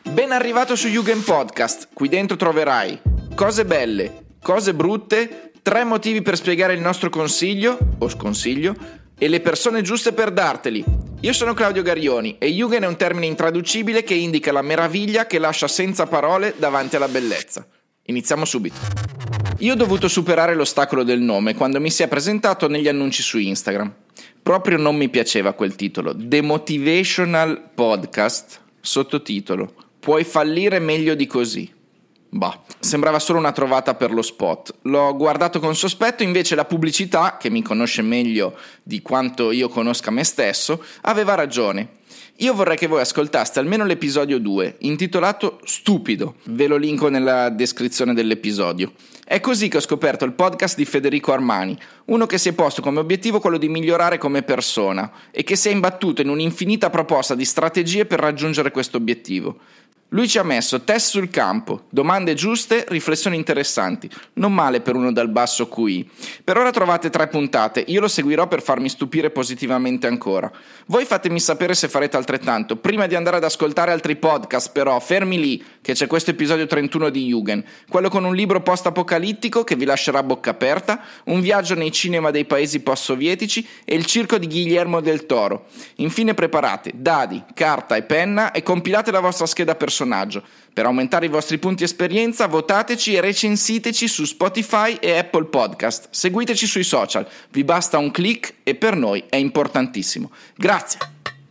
Ben arrivato su Jugend Podcast. Qui dentro troverai cose belle, cose brutte, 3 motivi per spiegare il nostro consiglio o sconsiglio e le persone giuste per darteli. Io sono Claudio Garioni e Jugend è un termine intraducibile che indica la meraviglia che lascia senza parole davanti alla bellezza. Iniziamo subito. Io ho dovuto superare l'ostacolo del nome quando mi si è presentato negli annunci su Instagram. Proprio non mi piaceva quel titolo. The Motivational Podcast, sottotitolo: puoi fallire meglio di così. Bah, sembrava solo una trovata per lo spot. L'ho guardato con sospetto, invece la pubblicità, che mi conosce meglio di quanto io conosca me stesso, aveva ragione. Io vorrei che voi ascoltaste almeno l'episodio 2, intitolato Stupido. Ve lo linko nella descrizione dell'episodio. È così che ho scoperto il podcast di Federico Armani, uno che si è posto come obiettivo quello di migliorare come persona e che si è imbattuto in un'infinita proposta di strategie per raggiungere questo obiettivo. Lui ci ha messo test sul campo, domande giuste, riflessioni interessanti. Non male per uno dal basso QI. Per ora trovate 3 puntate, io lo seguirò per farmi stupire positivamente ancora. Voi fatemi sapere se farete altrettanto. Prima di andare ad ascoltare altri podcast, però, fermi lì, che c'è questo episodio 31 di Jugend, quello con un libro post-apocalittico che vi lascerà a bocca aperta, un viaggio nei cinema dei paesi post-sovietici e il circo di Guillermo del Toro. Infine preparate dadi, carta e penna e compilate la vostra scheda personale. Per aumentare i vostri punti esperienza, votateci e recensiteci su Spotify e Apple Podcast. Seguiteci sui social, vi basta un click e per noi è importantissimo. Grazie.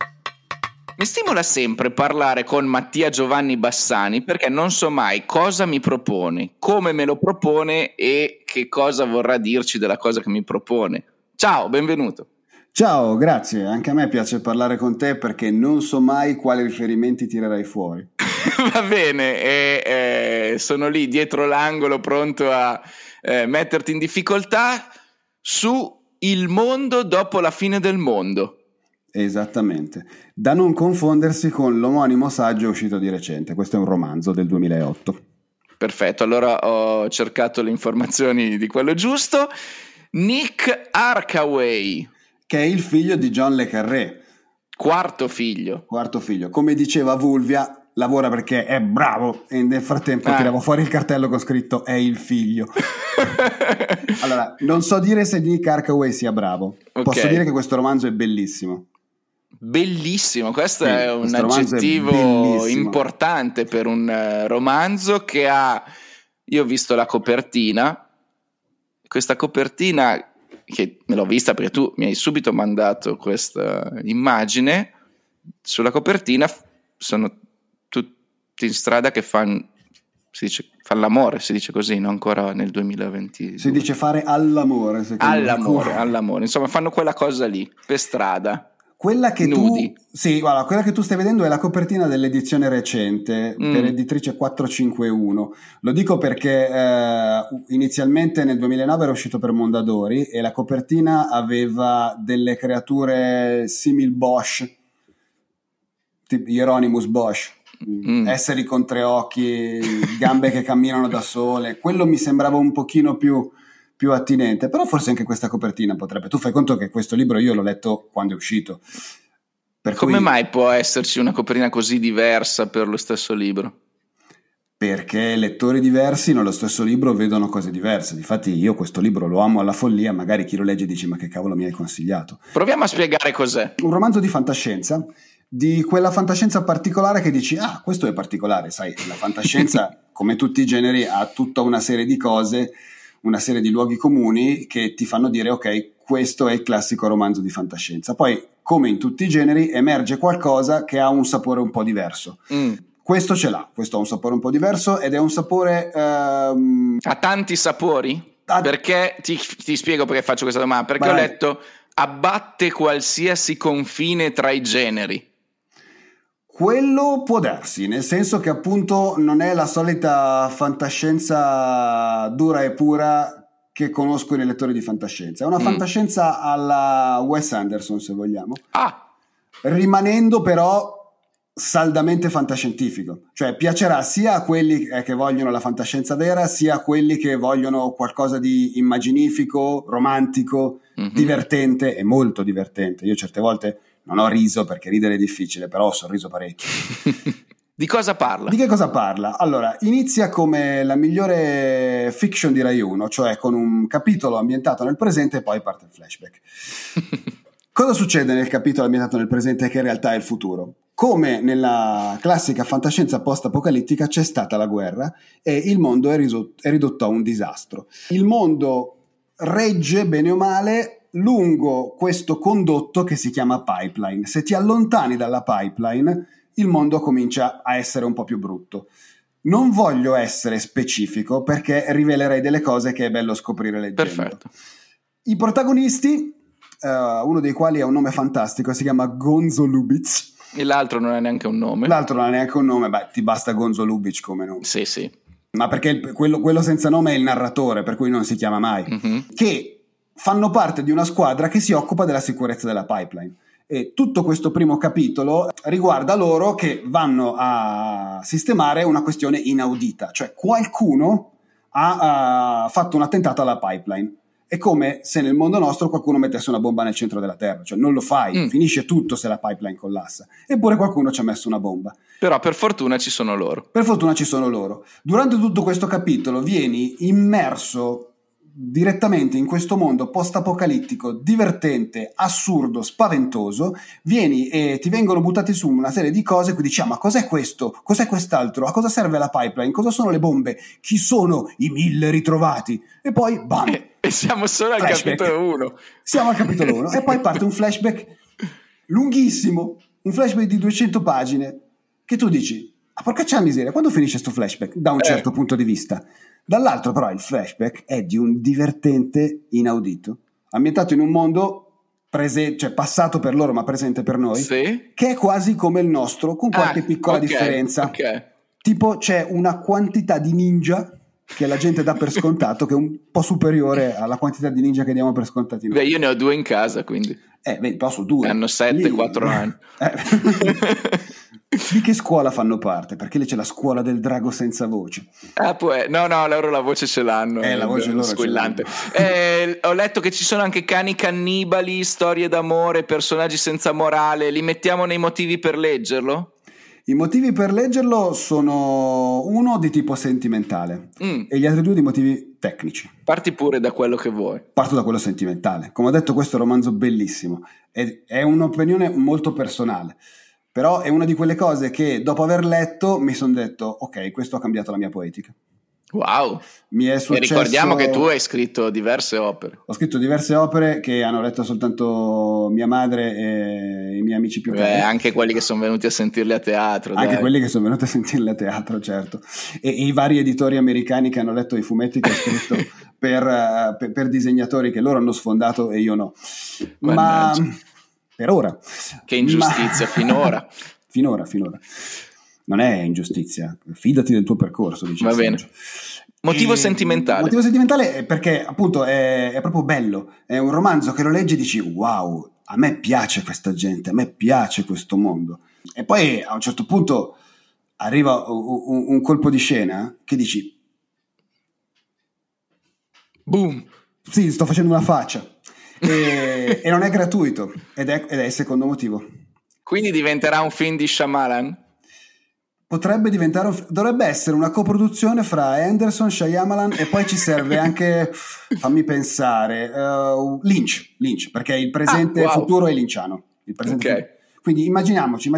Mi stimola sempre parlare con Mattia Giovanni Bassani perché non so mai cosa mi propone, come me lo propone e che cosa vorrà dirci della cosa che mi propone. Ciao, benvenuto. Ciao, grazie. Anche a me piace parlare con te perché non so mai quali riferimenti tirerai fuori. Va bene, sono lì dietro l'angolo pronto a metterti in difficoltà su il mondo dopo la fine del mondo. Esattamente, da non confondersi con l'omonimo saggio uscito di recente. Questo è un romanzo del 2008. Perfetto, allora ho cercato le informazioni di quello giusto. Nick Arcaway, che è il figlio di John le Carré. Quarto figlio. Come diceva Vulvia, lavora perché è bravo e nel frattempo tiravo fuori il cartello con scritto è il figlio. Allora, non so dire se Nick Arcaway sia bravo. Okay. Posso dire che questo romanzo è bellissimo. Bellissimo, questo è un aggettivo importante per un romanzo che ha... Io ho visto la copertina, questa copertina che me l'ho vista perché tu mi hai subito mandato questa immagine. Sulla copertina sono tutti in strada che fanno l'amore, si dice così, no? Ancora nel 2020 si dice fare all'amore, all'amore, insomma fanno quella cosa lì per strada. Quella che nudi. Quella che tu stai vedendo è la copertina dell'edizione recente per editrice 451. Lo dico perché inizialmente nel 2009 era uscito per Mondadori e la copertina aveva delle creature simil Bosch, tipo Hieronymus Bosch, esseri con 3 occhi, gambe che camminano da sole. Quello mi sembrava un pochino più attinente, però forse anche questa copertina potrebbe. Tu fai conto che questo libro io l'ho letto quando è uscito. Come mai può esserci una copertina così diversa per lo stesso libro? Perché lettori diversi nello stesso libro vedono cose diverse. Difatti io questo libro lo amo alla follia, magari chi lo legge dice ma che cavolo mi hai consigliato. Proviamo a spiegare cos'è. Un romanzo di fantascienza, di quella fantascienza particolare che dici questo è particolare, sai, la fantascienza come tutti i generi ha tutta una serie di cose, una serie di luoghi comuni che ti fanno dire ok, questo è il classico romanzo di fantascienza. Poi, come in tutti i generi, emerge qualcosa che ha un sapore un po' diverso. Questo ce l'ha, questo ha un sapore un po' diverso ed è un sapore... Ha tanti sapori? Perché ti spiego perché faccio questa domanda. Perché ho letto abbatte qualsiasi confine tra i generi. Quello può darsi, nel senso che appunto non è la solita fantascienza dura e pura che conoscono i lettori di fantascienza. È una fantascienza alla Wes Anderson, se vogliamo. Rimanendo però saldamente fantascientifico. Cioè piacerà sia a quelli che vogliono la fantascienza vera, sia a quelli che vogliono qualcosa di immaginifico, romantico, divertente e molto divertente. Io certe volte non ho riso perché ridere è difficile, però ho sorriso parecchio. Di cosa parla? Di che cosa parla? Allora, inizia come la migliore fiction di Rai 1, cioè con un capitolo ambientato nel presente e poi parte il flashback. Cosa succede nel capitolo ambientato nel presente che in realtà è il futuro? Come nella classica fantascienza post-apocalittica c'è stata la guerra e il mondo è ridotto a un disastro. Il mondo regge bene o male lungo questo condotto che si chiama pipeline. Se ti allontani dalla pipeline, il mondo comincia a essere un po' più brutto. Non voglio essere specifico perché rivelerei delle cose che è bello scoprire leggendo. Perfetto. I protagonisti, uno dei quali ha un nome fantastico, si chiama Gonzo Lubitsch. E l'altro non ha neanche un nome. Beh, ti basta Gonzo Lubitsch come nome. Sì. Ma perché quello senza nome è il narratore, per cui non si chiama mai. Mm-hmm. Che fanno parte di una squadra che si occupa della sicurezza della pipeline. E tutto questo primo capitolo riguarda loro che vanno a sistemare una questione inaudita, cioè qualcuno ha fatto un attentato alla pipeline. È come se nel mondo nostro qualcuno mettesse una bomba nel centro della Terra, cioè non lo fai, finisce tutto se la pipeline collassa. Eppure qualcuno ci ha messo una bomba. Però per fortuna ci sono loro. Durante tutto questo capitolo vieni immerso direttamente in questo mondo post-apocalittico, divertente, assurdo, spaventoso, vieni e ti vengono buttati su una serie di cose, quindi dici, ma cos'è questo? Cos'è quest'altro? A cosa serve la pipeline? Cosa sono le bombe? Chi sono i 1000 ritrovati? E poi, bam! E siamo solo al capitolo 1. Siamo al capitolo 1 e poi parte un flashback lunghissimo, un flashback di 200 pagine, che tu dici, porca c'è la miseria, quando finisce sto flashback? Da un certo punto di vista. Dall'altro però il flashback è di un divertente inaudito, ambientato in un mondo cioè passato per loro ma presente per noi, sì? Che è quasi come il nostro, con qualche piccola differenza. Okay. Tipo c'è una quantità di ninja che la gente dà per scontato che è un po' superiore alla quantità di ninja che diamo per scontati noi. Beh, io ne ho 2 in casa, quindi. Vedi, però sono 2. Hanno 7, 4 anni. Di che scuola fanno parte? Perché lì c'è la scuola del drago senza voce. No, loro la voce ce l'hanno. La voce loro squillante. Ho letto che ci sono anche cani cannibali, storie d'amore, personaggi senza morale. Li mettiamo nei motivi per leggerlo? I motivi per leggerlo sono uno di tipo sentimentale e gli altri 2 di motivi tecnici. Parti pure da quello che vuoi. Parto da quello sentimentale. Come ho detto, questo è un romanzo bellissimo. È un'opinione molto personale, però è una di quelle cose che dopo aver letto mi sono detto, ok, questo ha cambiato la mia poetica. Wow. Mi è successo... E ricordiamo che tu hai scritto diverse opere. Ho scritto diverse opere che hanno letto soltanto mia madre e i miei amici più cari. Anche quelli che sono venuti a sentirli a teatro. Anche quelli che sono venuti a sentirli a teatro, certo. E i vari editori americani che hanno letto i fumetti che ho scritto per disegnatori che loro hanno sfondato e io no. Mannaggia. Ma per ora. Che ingiustizia, finora. Finora. Non è ingiustizia, fidati del tuo percorso. Va bene. Motivo sentimentale. Motivo sentimentale è perché appunto è proprio bello. È un romanzo che lo leggi e dici wow, a me piace questa gente, a me piace questo mondo. E poi a un certo punto arriva un colpo di scena che dici boom. Sì, sto facendo una faccia. E non è gratuito ed è il secondo motivo. Quindi diventerà un film di Shyamalan? Dovrebbe essere una coproduzione fra Anderson, Shyamalan e poi ci serve anche, fammi pensare, Lynch, perché il presente e futuro è lynchiano. Quindi immaginiamoci,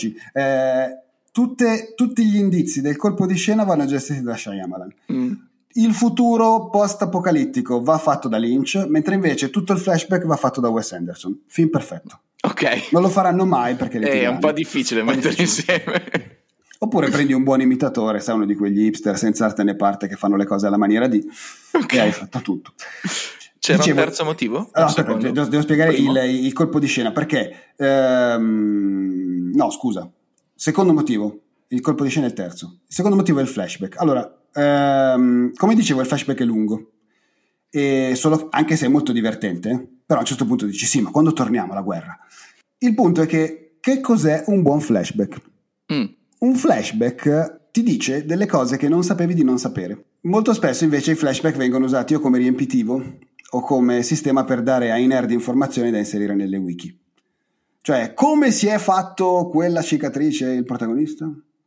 tutti gli indizi del colpo di scena vanno gestiti da Shyamalan. Il futuro post-apocalittico va fatto da Lynch, mentre invece tutto il flashback va fatto da Wes Anderson. Film perfetto. Ok. Non lo faranno mai perché è un po' difficile mettere insieme. Oppure prendi un buon imitatore, sai, uno di quegli hipster senza arte né parte che fanno le cose alla maniera di, e hai fatto tutto. C'era un terzo motivo? Aspetta, devo spiegare il colpo di scena, perché no, scusa. Secondo motivo, il colpo di scena è il terzo. Il secondo motivo è il flashback. Allora, come dicevo, il flashback è lungo, anche se è molto divertente, però a un certo punto dici sì, ma quando torniamo alla guerra? Il punto è che cos'è un buon flashback? Un flashback ti dice delle cose che non sapevi di non sapere. Molto spesso invece i flashback vengono usati o come riempitivo o come sistema per dare ai nerd informazioni da inserire nelle wiki. Cioè, come si è fatto quella cicatrice il protagonista?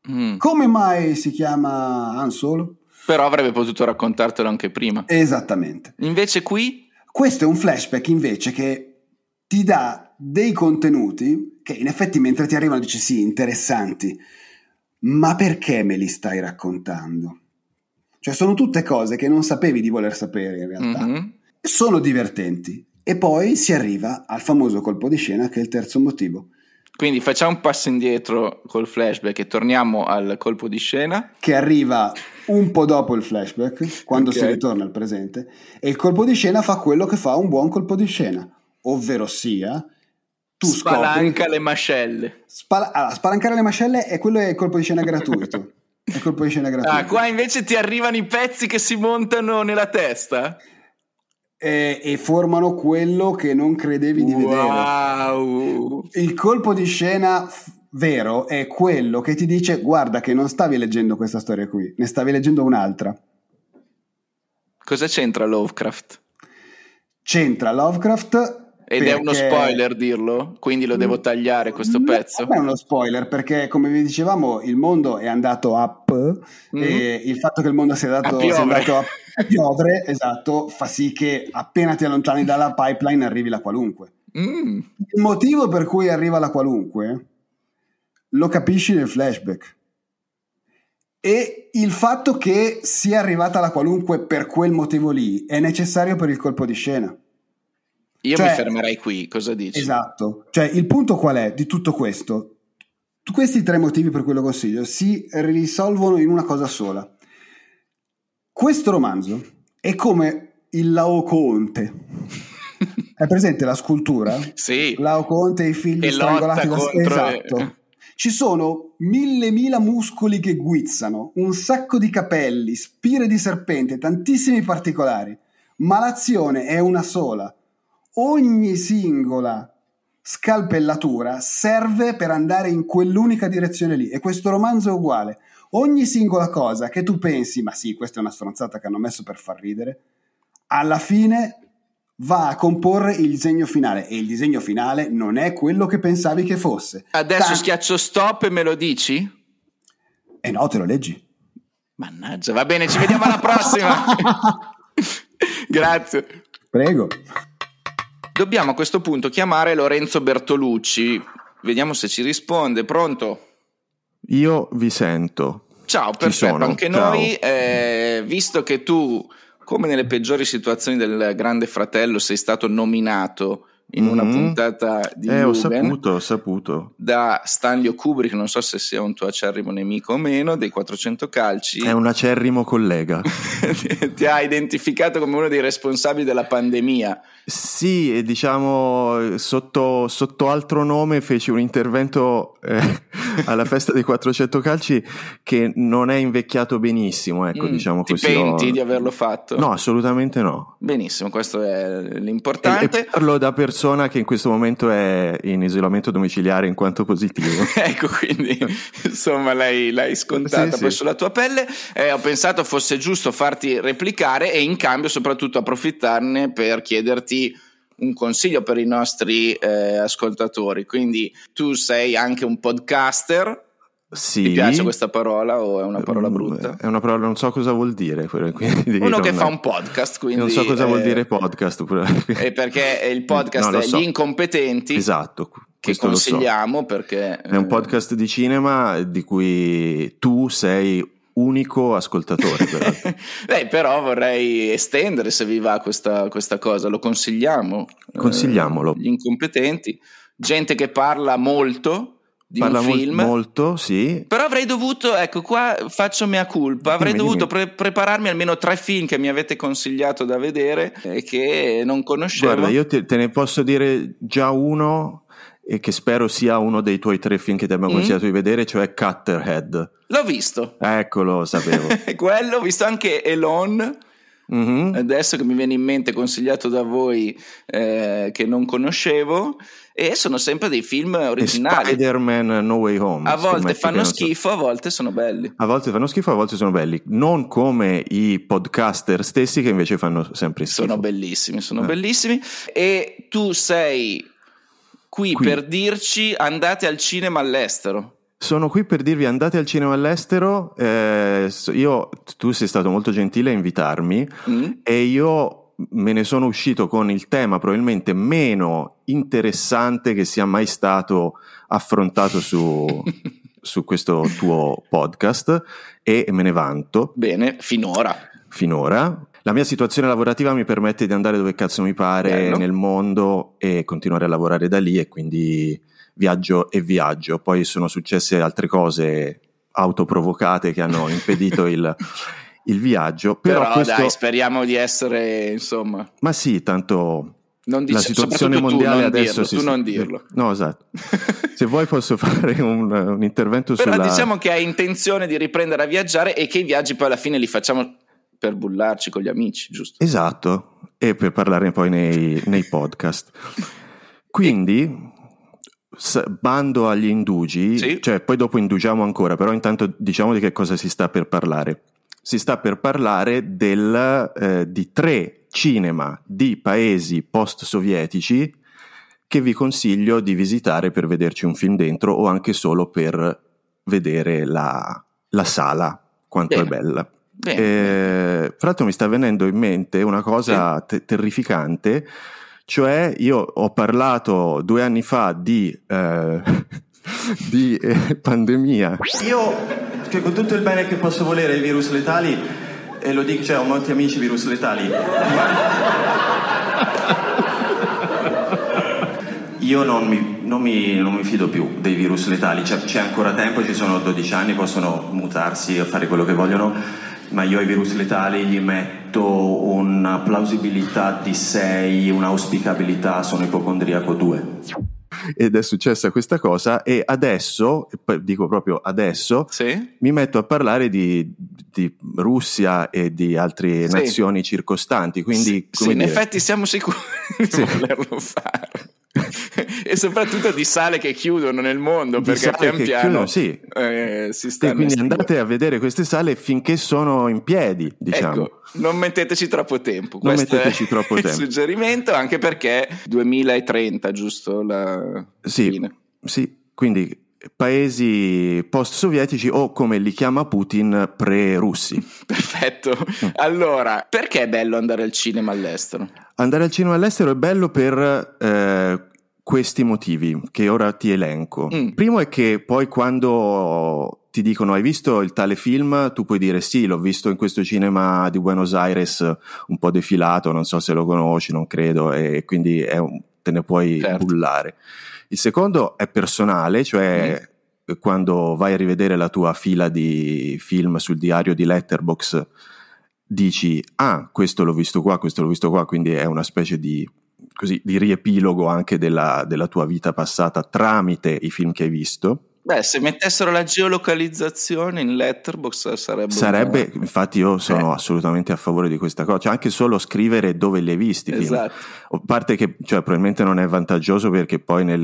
Come mai si chiama Han Solo? Però avrebbe potuto raccontartelo anche prima. Esattamente. Invece qui? Questo è un flashback invece che ti dà dei contenuti che in effetti mentre ti arrivano dici sì, interessanti, ma perché me li stai raccontando? Cioè sono tutte cose che non sapevi di voler sapere in realtà. Sono divertenti. E poi si arriva al famoso colpo di scena che è il terzo motivo. Quindi facciamo un passo indietro col flashback e torniamo al colpo di scena. Che arriva un po' dopo il flashback, quando si ritorna al presente, e il colpo di scena fa quello che fa un buon colpo di scena, ovvero sia tu spalanca le mascelle. Spalancare le mascelle è quello, è il colpo di scena gratuito. È il colpo di scena gratuito. Ah, qua invece ti arrivano i pezzi che si montano nella testa? E formano quello che non credevi di vedere. Il colpo di scena vero è quello che ti dice guarda che non stavi leggendo questa storia qui, ne stavi leggendo un'altra. Cosa c'entra Lovecraft? C'entra Lovecraft ed è uno spoiler dirlo? Quindi lo devo tagliare questo pezzo? Non è uno spoiler perché come vi dicevamo il mondo è andato up e il fatto che il mondo sia andato a piovere, esatto, fa sì che appena ti allontani dalla pipeline arrivi la qualunque. Il motivo per cui arriva la qualunque lo capisci nel flashback, e il fatto che sia arrivata la qualunque per quel motivo lì è necessario per il colpo di scena. Io mi fermerei qui, cosa dici? Esatto, cioè il punto qual è di tutto questo? Questi tre motivi per cui lo consiglio si risolvono in una cosa sola. Questo romanzo è come il Laocoonte. Hai presente la scultura? Sì. Laocoonte e i figli strangolati da... Esatto. Ci sono mille muscoli che guizzano, un sacco di capelli, spire di serpente, tantissimi particolari, ma l'azione è una sola. Ogni singola scalpellatura serve per andare in quell'unica direzione lì, e questo romanzo è uguale. Ogni singola cosa che tu pensi, ma sì, questa è una stronzata che hanno messo per far ridere, alla fine va a comporre il disegno finale, e il disegno finale non è quello che pensavi che fosse. Adesso schiaccio stop e me lo dici? No, te lo leggi. Mannaggia, va bene, ci vediamo alla prossima. Grazie. Prego. Dobbiamo a questo punto chiamare Lorenzo Bertolucci. Vediamo se ci risponde. Pronto? Io vi sento. Ciao, perfetto, anche ciao. Noi, visto che tu, come nelle peggiori situazioni del Grande Fratello, sei stato nominato in una puntata di Lugen, ho saputo da Stanley Kubrick, non so se sia un tuo acerrimo nemico o meno, dei 400 calci. È un acerrimo collega. Ti ha identificato come uno dei responsabili della pandemia. Sì, e diciamo sotto altro nome feci un intervento alla festa dei 400 calci che non è invecchiato benissimo, ecco, diciamo così. Ti penti di averlo fatto? No, assolutamente no. Benissimo, questo è l'importante. E parlo da persona che in questo momento è in isolamento domiciliare in quanto positivo. Ecco, quindi insomma l'hai scontata poi sulla tua pelle. Ho pensato fosse giusto farti replicare e in cambio soprattutto approfittarne per chiederti un consiglio per i nostri ascoltatori. Quindi tu sei anche un podcaster. Sì. Ti piace questa parola o è una parola brutta? È una parola, non so cosa vuol dire. Quindi uno che fa un podcast, quindi non so cosa vuol dire podcast. Perché il podcast è Gli Incompetenti. Esatto. Che consigliamo perché è un podcast di cinema di cui tu sei unico ascoltatore. Però vorrei estendere, se vi va questa cosa, lo consigliamo. Consigliamolo. Gli Incompetenti, gente che parla molto di un film, molto, sì. Però avrei dovuto, ecco qua faccio mea culpa, avrei dovuto prepararmi almeno 3 film che mi avete consigliato da vedere e che non conoscevo. Guarda, io te ne posso dire già uno, e che spero sia uno dei tuoi 3 film che ti abbiamo consigliato di vedere, cioè Cutterhead. L'ho visto. Eccolo, sapevo. Quello, ho visto anche Elon. Adesso che mi viene in mente, consigliato da voi, che non conoscevo, e sono sempre dei film originali. E Spider-Man No Way Home. A volte fanno schifo, a volte sono belli. A volte fanno schifo, a volte sono belli. Non come i podcaster stessi che invece fanno sempre schifo. Sono bellissimi. E tu sei qui per dirci andate al cinema all'estero. Sono qui per dirvi: andate al cinema all'estero. Tu sei stato molto gentile a invitarmi e io me ne sono uscito con il tema probabilmente meno interessante che sia mai stato affrontato su questo tuo podcast, e me ne vanto. Bene, finora. La mia situazione lavorativa mi permette di andare dove cazzo mi pare nel mondo e continuare a lavorare da lì, e quindi viaggio. Poi sono successe altre cose autoprovocate che hanno impedito il viaggio. Però dai, speriamo di essere, insomma. Ma sì, tanto la situazione mondiale adesso non dirlo. No, esatto. Se vuoi posso fare un intervento però diciamo che hai intenzione di riprendere a viaggiare e che i viaggi poi alla fine li facciamo per bullarci con gli amici, giusto? Esatto, e per parlare poi nei podcast. Quindi bando agli indugi, sì. Cioè poi dopo indugiamo ancora, però intanto diciamo di che cosa si sta per parlare. Si sta per parlare di 3 cinema di paesi post-sovietici che vi consiglio di visitare per vederci un film dentro, o anche solo per vedere la sala, quanto è bella. Fra l'altro mi sta venendo in mente una cosa terrificante, cioè io ho parlato 2 anni fa di pandemia. Io, che con tutto il bene che posso volere ai virus letali, e lo dico, cioè ho molti amici virus letali, io non mi fido più dei virus letali. C'è ancora tempo, ci sono 12 anni, possono mutarsi e fare quello che vogliono, ma io ai virus letali gli metto una plausibilità di 6, un'auspicabilità, sono ipocondriaco 2. Ed è successa questa cosa, e adesso, dico proprio adesso, mi metto a parlare di Russia e di altre nazioni circostanti, quindi in effetti siamo sicuri di volerlo fare. E soprattutto di sale che chiudono nel mondo, perché pian piano si sta. Quindi andate a vedere queste sale finché sono in piedi, diciamo. Ecco, non metteteci troppo tempo. Questo è il suggerimento, anche perché 2030, giusto? Fine. Sì, quindi paesi post-sovietici, o come li chiama Putin, pre-russi. Perfetto. Allora, perché è bello andare al cinema all'estero? Andare al cinema all'estero è bello per questi motivi che ora ti elenco. Primo è che poi quando ti dicono: hai visto il tale film? Tu puoi dire: sì, l'ho visto in questo cinema di Buenos Aires, un po' defilato, non so se lo conosci, non credo, e quindi te ne puoi bullare. Il secondo è personale, cioè quando vai a rivedere la tua fila di film sul diario di Letterboxd, dici: ah, questo l'ho visto qua, quindi è una specie di riepilogo anche della tua vita passata tramite i film che hai visto. Beh, se mettessero la geolocalizzazione in Letterboxd sarebbe infatti io sono assolutamente a favore di questa cosa, cioè anche solo scrivere dove li hai visti. Esatto. A parte che probabilmente non è vantaggioso, perché poi nel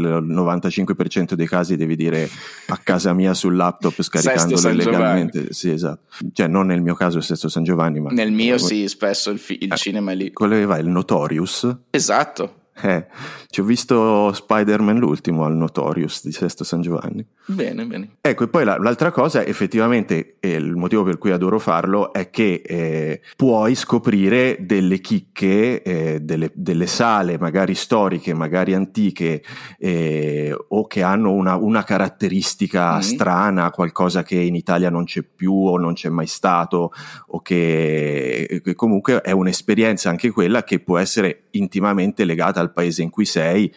95% dei casi devi dire: a casa mia sul laptop, scaricandolo illegalmente. Sì, esatto. Cioè non nel mio caso è Sesto San Giovanni, ma nel mio sì, spesso il cinema è lì. Quello che va, il Notorious. Esatto. Ci ho visto Spider-Man l'ultimo al Notorious di Sesto San Giovanni. Bene. Ecco, e poi l'altra cosa, effettivamente, il motivo per cui adoro farlo è che puoi scoprire delle chicche, delle sale magari storiche, magari antiche, o che hanno una caratteristica strana, qualcosa che in Italia non c'è più o non c'è mai stato, o che comunque è un'esperienza anche quella che può essere intimamente legata al paese in cui sei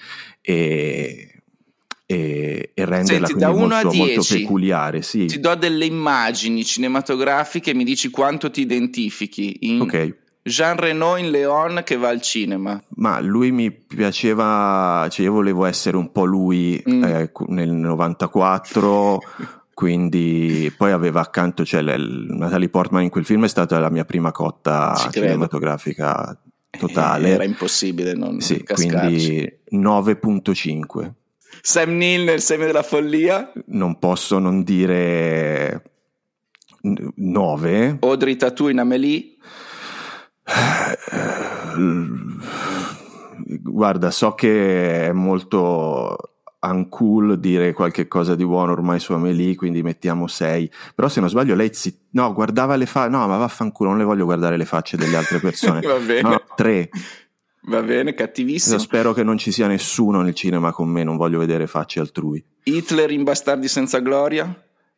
e renderla quindi molto peculiare. Sì. Ti do delle immagini cinematografiche e mi dici quanto ti identifichi in Jean Reno in Léon che va al cinema. Ma lui mi piaceva, cioè io volevo essere un po' lui nel 94. Quindi poi aveva accanto, Natalie Portman in quel film è stata la mia prima cotta cinematografica totale. Era impossibile non Quindi cascarci. 9.5. Sam Neill nel Seme della follia? Non posso non dire 9. Audrey Tautou in Amélie? Guarda, so che è molto uncool dire qualche cosa di buono ormai su Amélie, quindi mettiamo 6. Però se non sbaglio lei guardava le facce, no, ma vaffanculo, non le voglio guardare le facce delle altre persone. Va bene. No, 3. Va bene, cattivissimo. Spero che non ci sia nessuno nel cinema con me, non voglio vedere facce altrui. Hitler in Bastardi senza gloria?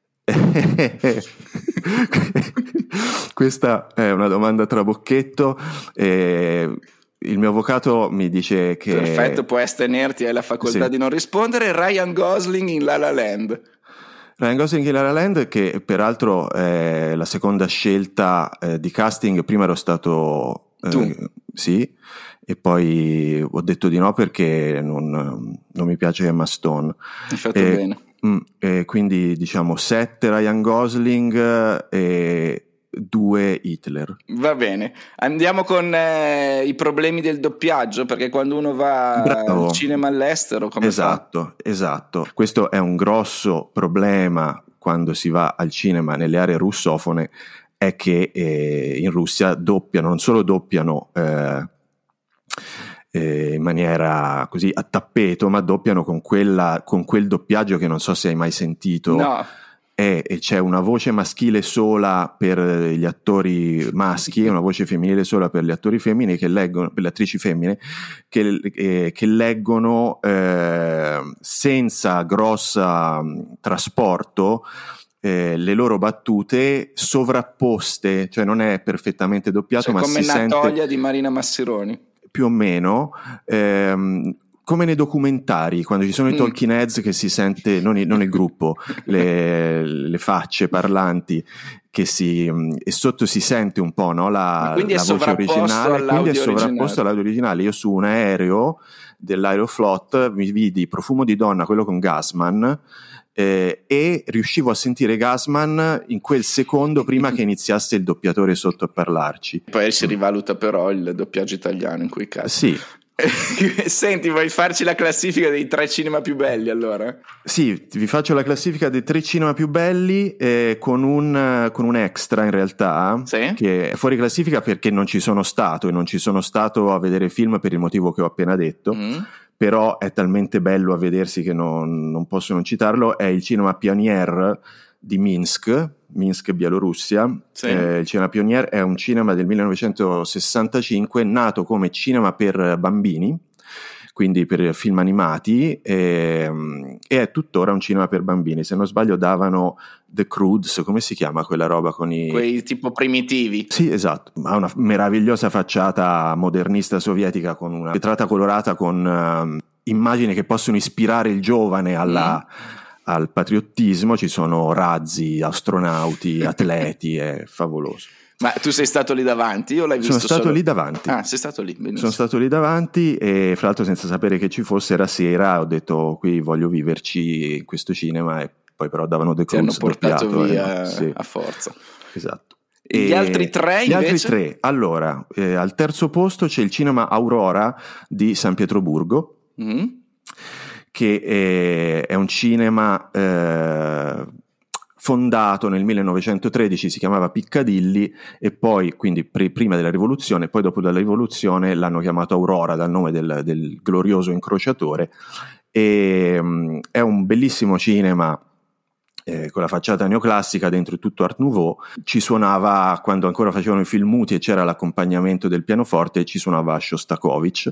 Questa è una domanda trabocchetto. Il mio avvocato mi dice che... Perfetto, puoi astenerti, hai la facoltà di non rispondere. Ryan Gosling in La La Land. Ryan Gosling in La La Land, che peraltro è la seconda scelta di casting. Prima ero stato... Tu? Sì, e poi ho detto di no perché non mi piace Emma Stone. Hai fatto bene. Quindi diciamo 7 Ryan Gosling e 2 Hitler. Va bene, andiamo con i problemi del doppiaggio, perché quando uno va al cinema all'estero come esatto. Questo è un grosso problema quando si va al cinema nelle aree russofone, è che in Russia non solo doppiano in maniera così a tappeto, ma doppiano con quel doppiaggio che non so se hai mai sentito. No. E c'è una voce maschile sola per gli attori maschi e una voce femminile sola per gli attori femmini per le attrici femmine che leggono senza grossa trasporto le loro battute sovrapposte, cioè non è perfettamente doppiato, ma come si sente Natolia di Marina Massironi, più o meno, come nei documentari, quando ci sono i talking heads che si sente, non il gruppo, le facce parlanti e sotto si sente un po', no, la voce originale, quindi è sovrapposto all'audio originale. Io su un aereo dell'Aeroflot mi vidi Profumo di donna, quello con Gassman, e riuscivo a sentire Gassman in quel secondo prima che iniziasse il doppiatore sotto a parlarci. Poi si rivaluta però il doppiaggio italiano in quei casi. Sì. Senti, vuoi farci la classifica dei 3 cinema più belli allora? Sì, vi faccio la classifica dei 3 cinema più belli con un extra in realtà, sì? Che è fuori classifica perché non ci sono stato a vedere film per il motivo che ho appena detto. Però è talmente bello a vedersi che non posso non citarlo. È il cinema Pionier di Minsk, Bielorussia. Sì. Il cinema Pionier è un cinema del 1965 nato come cinema per bambini, quindi per film animati, e è tuttora un cinema per bambini. Se non sbaglio davano The Croods, come si chiama quella roba con quei tipo primitivi? Sì, esatto, ha una meravigliosa facciata modernista sovietica con una vetrata colorata con immagini che possono ispirare il giovane al patriottismo. Ci sono razzi, astronauti, atleti, è favoloso. Ma tu sei stato lì davanti? Io l'hai visto? Sono stato lì davanti. Ah, sei stato lì, benissimo. Sono stato lì davanti e fra l'altro senza sapere che ci fosse, era sera, ho detto qui voglio viverci in questo cinema, e poi però davano The Croods. Ti hanno portato via sì. a forza. Esatto. Gli altri 3 invece? Gli altri 3, allora, al terzo posto c'è il cinema Aurora di San Pietroburgo, che è un cinema fondato nel 1913, si chiamava Piccadilly, e poi quindi prima della rivoluzione, poi dopo la rivoluzione l'hanno chiamato Aurora dal nome del glorioso incrociatore, e è un bellissimo cinema con la facciata neoclassica, dentro tutto Art Nouveau. Ci suonava, quando ancora facevano i film muti e c'era l'accompagnamento del pianoforte, ci suonava Shostakovich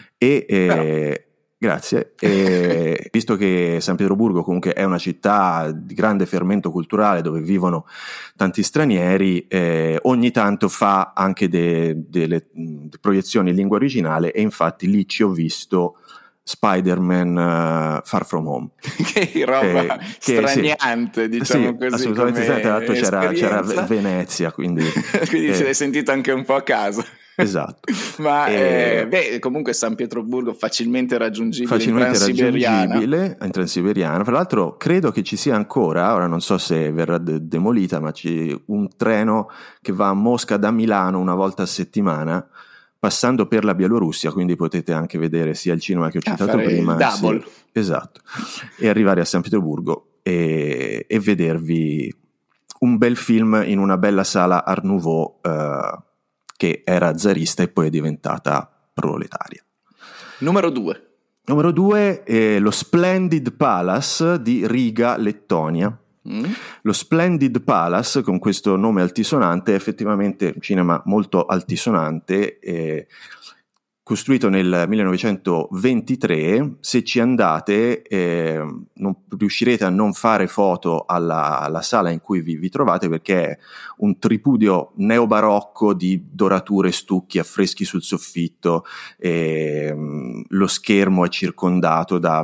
grazie. Visto che San Pietroburgo comunque è una città di grande fermento culturale dove vivono tanti stranieri, ogni tanto fa anche delle proiezioni in lingua originale, e infatti lì ci ho visto Spider-Man Far From Home. Che roba straniante, sì, diciamo così. Assolutamente, tra l'altro c'era Venezia, quindi quindi ti sei sentito anche un po' a casa. Esatto. Ma comunque San Pietroburgo facilmente raggiungibile in Transiberiana. Fra l'altro credo che ci sia ancora, ora non so se verrà demolita, ma c'è un treno che va a Mosca da Milano una volta a settimana, passando per la Bielorussia, quindi potete anche vedere sia il cinema che ho citato prima, double. Sì, esatto, e arrivare a San Pietroburgo e vedervi un bel film in una bella sala Art Nouveau che era zarista e poi è diventata proletaria. Numero 2. Numero 2, lo Splendid Palace di Riga, Lettonia. Lo Splendid Palace, con questo nome altisonante, è effettivamente un cinema molto altisonante, costruito nel 1923. Se ci andate non riuscirete a non fare foto alla sala in cui vi trovate, perché è un tripudio neobarocco di dorature, stucchi, affreschi sul soffitto, lo schermo è circondato da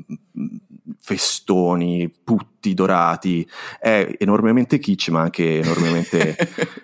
festoni, putti dorati, è enormemente kitsch ma anche enormemente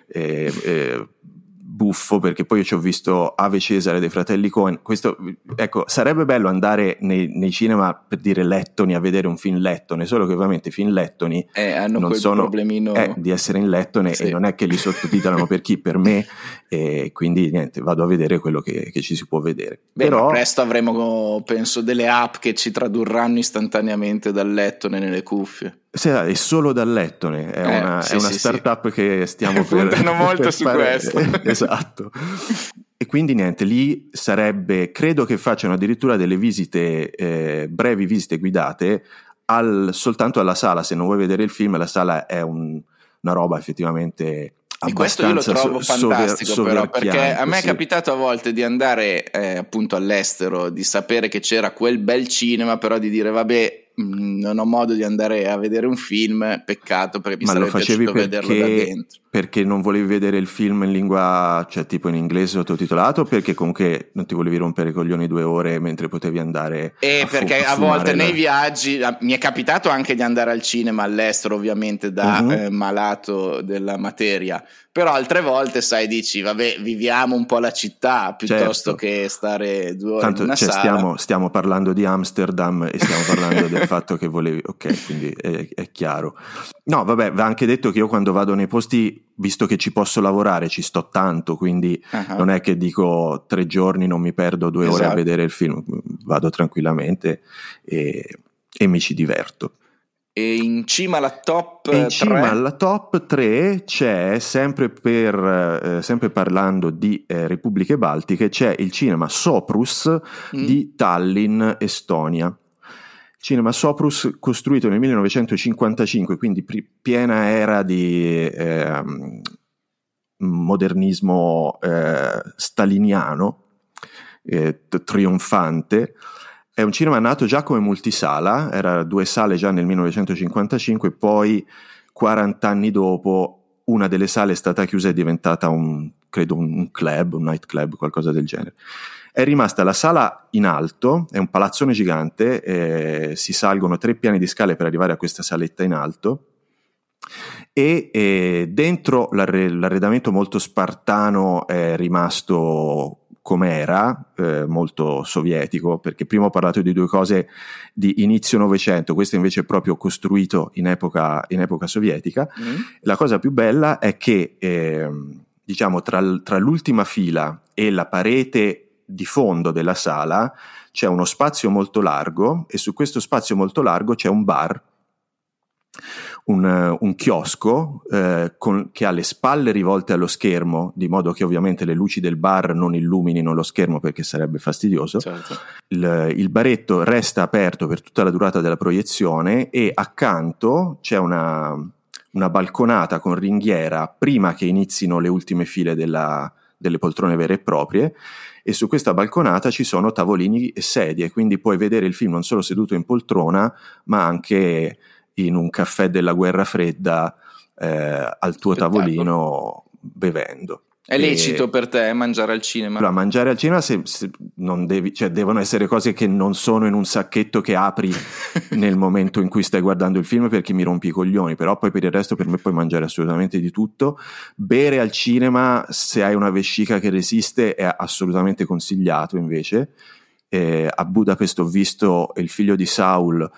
buffo, perché poi io ci ho visto Ave Cesare dei fratelli Coen. Questo, ecco, sarebbe bello andare nei cinema, per dire, lettoni, a vedere un film lettone, solo che ovviamente i film lettoni hanno non quel sono problemino di essere in lettone, sì. E non è che li sottotitolano per chi, per me, e quindi niente, vado a vedere quello che ci si può vedere. Però presto avremo, penso, delle app che ci tradurranno istantaneamente dal lettone nelle cuffie. Sì, è solo dal lettone, è una startup che stiamo puntano molto su questo. Esatto. E quindi niente, lì sarebbe, credo che facciano addirittura delle visite, brevi visite guidate soltanto alla sala. Se non vuoi vedere il film, la sala è una roba effettivamente e questo io lo trovo fantastico, però, perché a me sì. È capitato a volte di andare appunto all'estero, di sapere che c'era quel bel cinema, però di dire vabbè, non ho modo di andare a vedere un film, peccato, perché mi sarebbe piaciuto vederlo da dentro. Perché non volevi vedere il film in lingua, cioè tipo in inglese sottotitolato, perché comunque non ti volevi rompere i coglioni 2 ore mentre potevi andare perché a volte nei viaggi mi è capitato anche di andare al cinema all'estero, ovviamente da malato della materia, però altre volte sai, dici vabbè, viviamo un po' la città piuttosto che stare 2 ore tanto, in una sala. Stiamo parlando di Amsterdam e stiamo parlando del fatto che volevi, ok, quindi è chiaro. No, vabbè, va anche detto che io quando vado nei posti, visto che ci posso lavorare, ci sto tanto, quindi non è che dico 3 giorni non mi perdo 2 ore a vedere il film, vado tranquillamente e mi ci diverto. E in cima alla top 3? In cima alla top 3 c'è, sempre parlando di Repubbliche Baltiche, c'è il cinema Soprus di Tallinn, Estonia. Cinema Soprus, costruito nel 1955, quindi piena era di modernismo staliniano, trionfante. È un cinema nato già come multisala, era 2 sale già nel 1955, poi 40 anni dopo una delle sale è stata chiusa e è diventata credo un club, un night club, qualcosa del genere. È rimasta la sala in alto, è un palazzone gigante, si salgono 3 piani di scale per arrivare a questa saletta in alto, e dentro l'arredamento molto spartano è rimasto com'era, molto sovietico, perché prima ho parlato di 2 cose di inizio Novecento, questo invece è proprio costruito in epoca sovietica. La cosa più bella è che diciamo tra l'ultima fila e la parete di fondo della sala c'è uno spazio molto largo, e su questo spazio molto largo c'è un bar, un chiosco che ha le spalle rivolte allo schermo, di modo che ovviamente le luci del bar non illuminino lo schermo perché sarebbe fastidioso. Certo. Il baretto resta aperto per tutta la durata della proiezione, e accanto c'è una balconata con ringhiera prima che inizino le ultime file delle poltrone vere e proprie, e su questa balconata ci sono tavolini e sedie, quindi puoi vedere il film non solo seduto in poltrona, ma anche in un caffè della guerra fredda al tuo tavolino bevendo. È lecito per te mangiare al cinema? Allora, mangiare al cinema se non devi, cioè devono essere cose che non sono in un sacchetto che apri nel momento in cui stai guardando il film, perché mi rompi i coglioni, però poi per il resto per me puoi mangiare assolutamente di tutto. Bere al cinema, se hai una vescica che resiste, è assolutamente consigliato invece. A Budapest ho visto Il figlio di Saul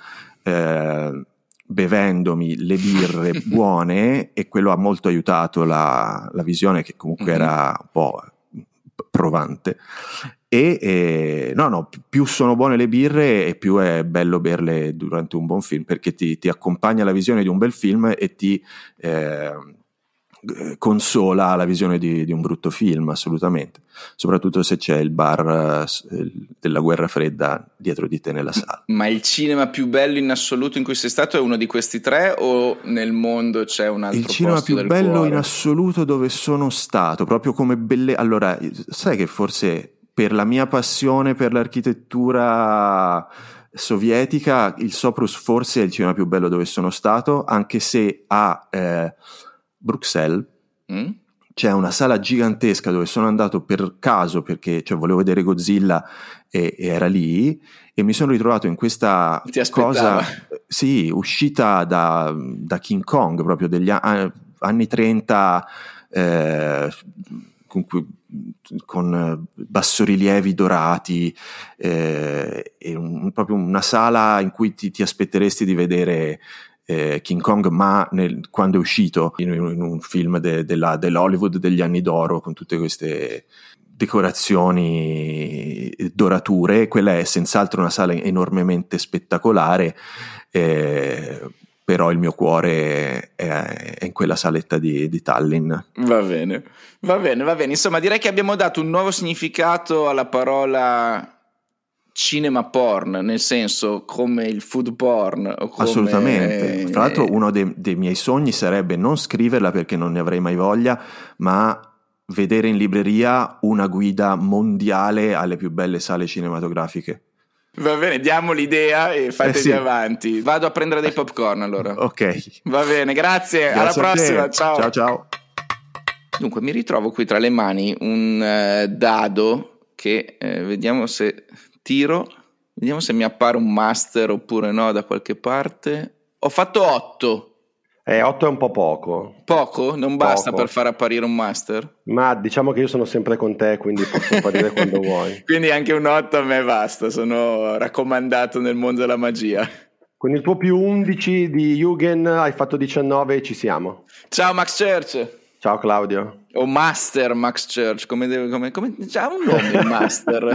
bevendomi le birre buone, e quello ha molto aiutato la visione, che comunque era un po' provante. E più sono buone le birre e più è bello berle durante un buon film, perché ti accompagna la visione di un bel film e ti consola la visione di un brutto film, assolutamente, soprattutto se c'è il bar della guerra fredda dietro di te nella sala. Ma il cinema più bello in assoluto in cui sei stato è uno di questi tre, o nel mondo c'è un altro posto del cuore? Il cinema più bello in assoluto dove sono stato, proprio come allora, sai che forse per la mia passione per l'architettura sovietica, il Soprus forse è il cinema più bello dove sono stato, anche se a Bruxelles c'è una sala gigantesca dove sono andato per caso, perché volevo vedere Godzilla e era lì, e mi sono ritrovato in questa cosa, sì, uscita da King Kong, proprio degli anni 30, con bassorilievi dorati, e proprio una sala in cui ti aspetteresti di vedere King Kong, ma quando è uscito in un film dell'Hollywood degli anni d'oro, con tutte queste decorazioni, dorature. Quella è senz'altro una sala enormemente spettacolare, però il mio cuore è in quella saletta di Tallinn. Va bene. Insomma, direi che abbiamo dato un nuovo significato alla parola cinema porn, nel senso come il food porn o come... Assolutamente. Fra l'altro uno dei miei sogni sarebbe non scriverla, perché non ne avrei mai voglia, ma vedere in libreria una guida mondiale alle più belle sale cinematografiche. Va bene, diamo l'idea e fatevi avanti. Vado a prendere dei popcorn allora. Ok. Va bene, grazie alla prossima. Ciao. Dunque, mi ritrovo qui tra le mani un dado che vediamo se tiro, vediamo se mi appare un master oppure no da qualche parte. Ho fatto 8. 8 è un po' poco. Poco? Non basta per far apparire un master? Ma diciamo che io sono sempre con te, quindi posso apparire quando vuoi. Quindi anche un 8 a me basta, sono raccomandato nel mondo della magia. Con il tuo più 11 di Jugend hai fatto 19 e ci siamo. Ciao Max Church. Ciao Claudio. O Master Max Church, come c'ha un nome il Master?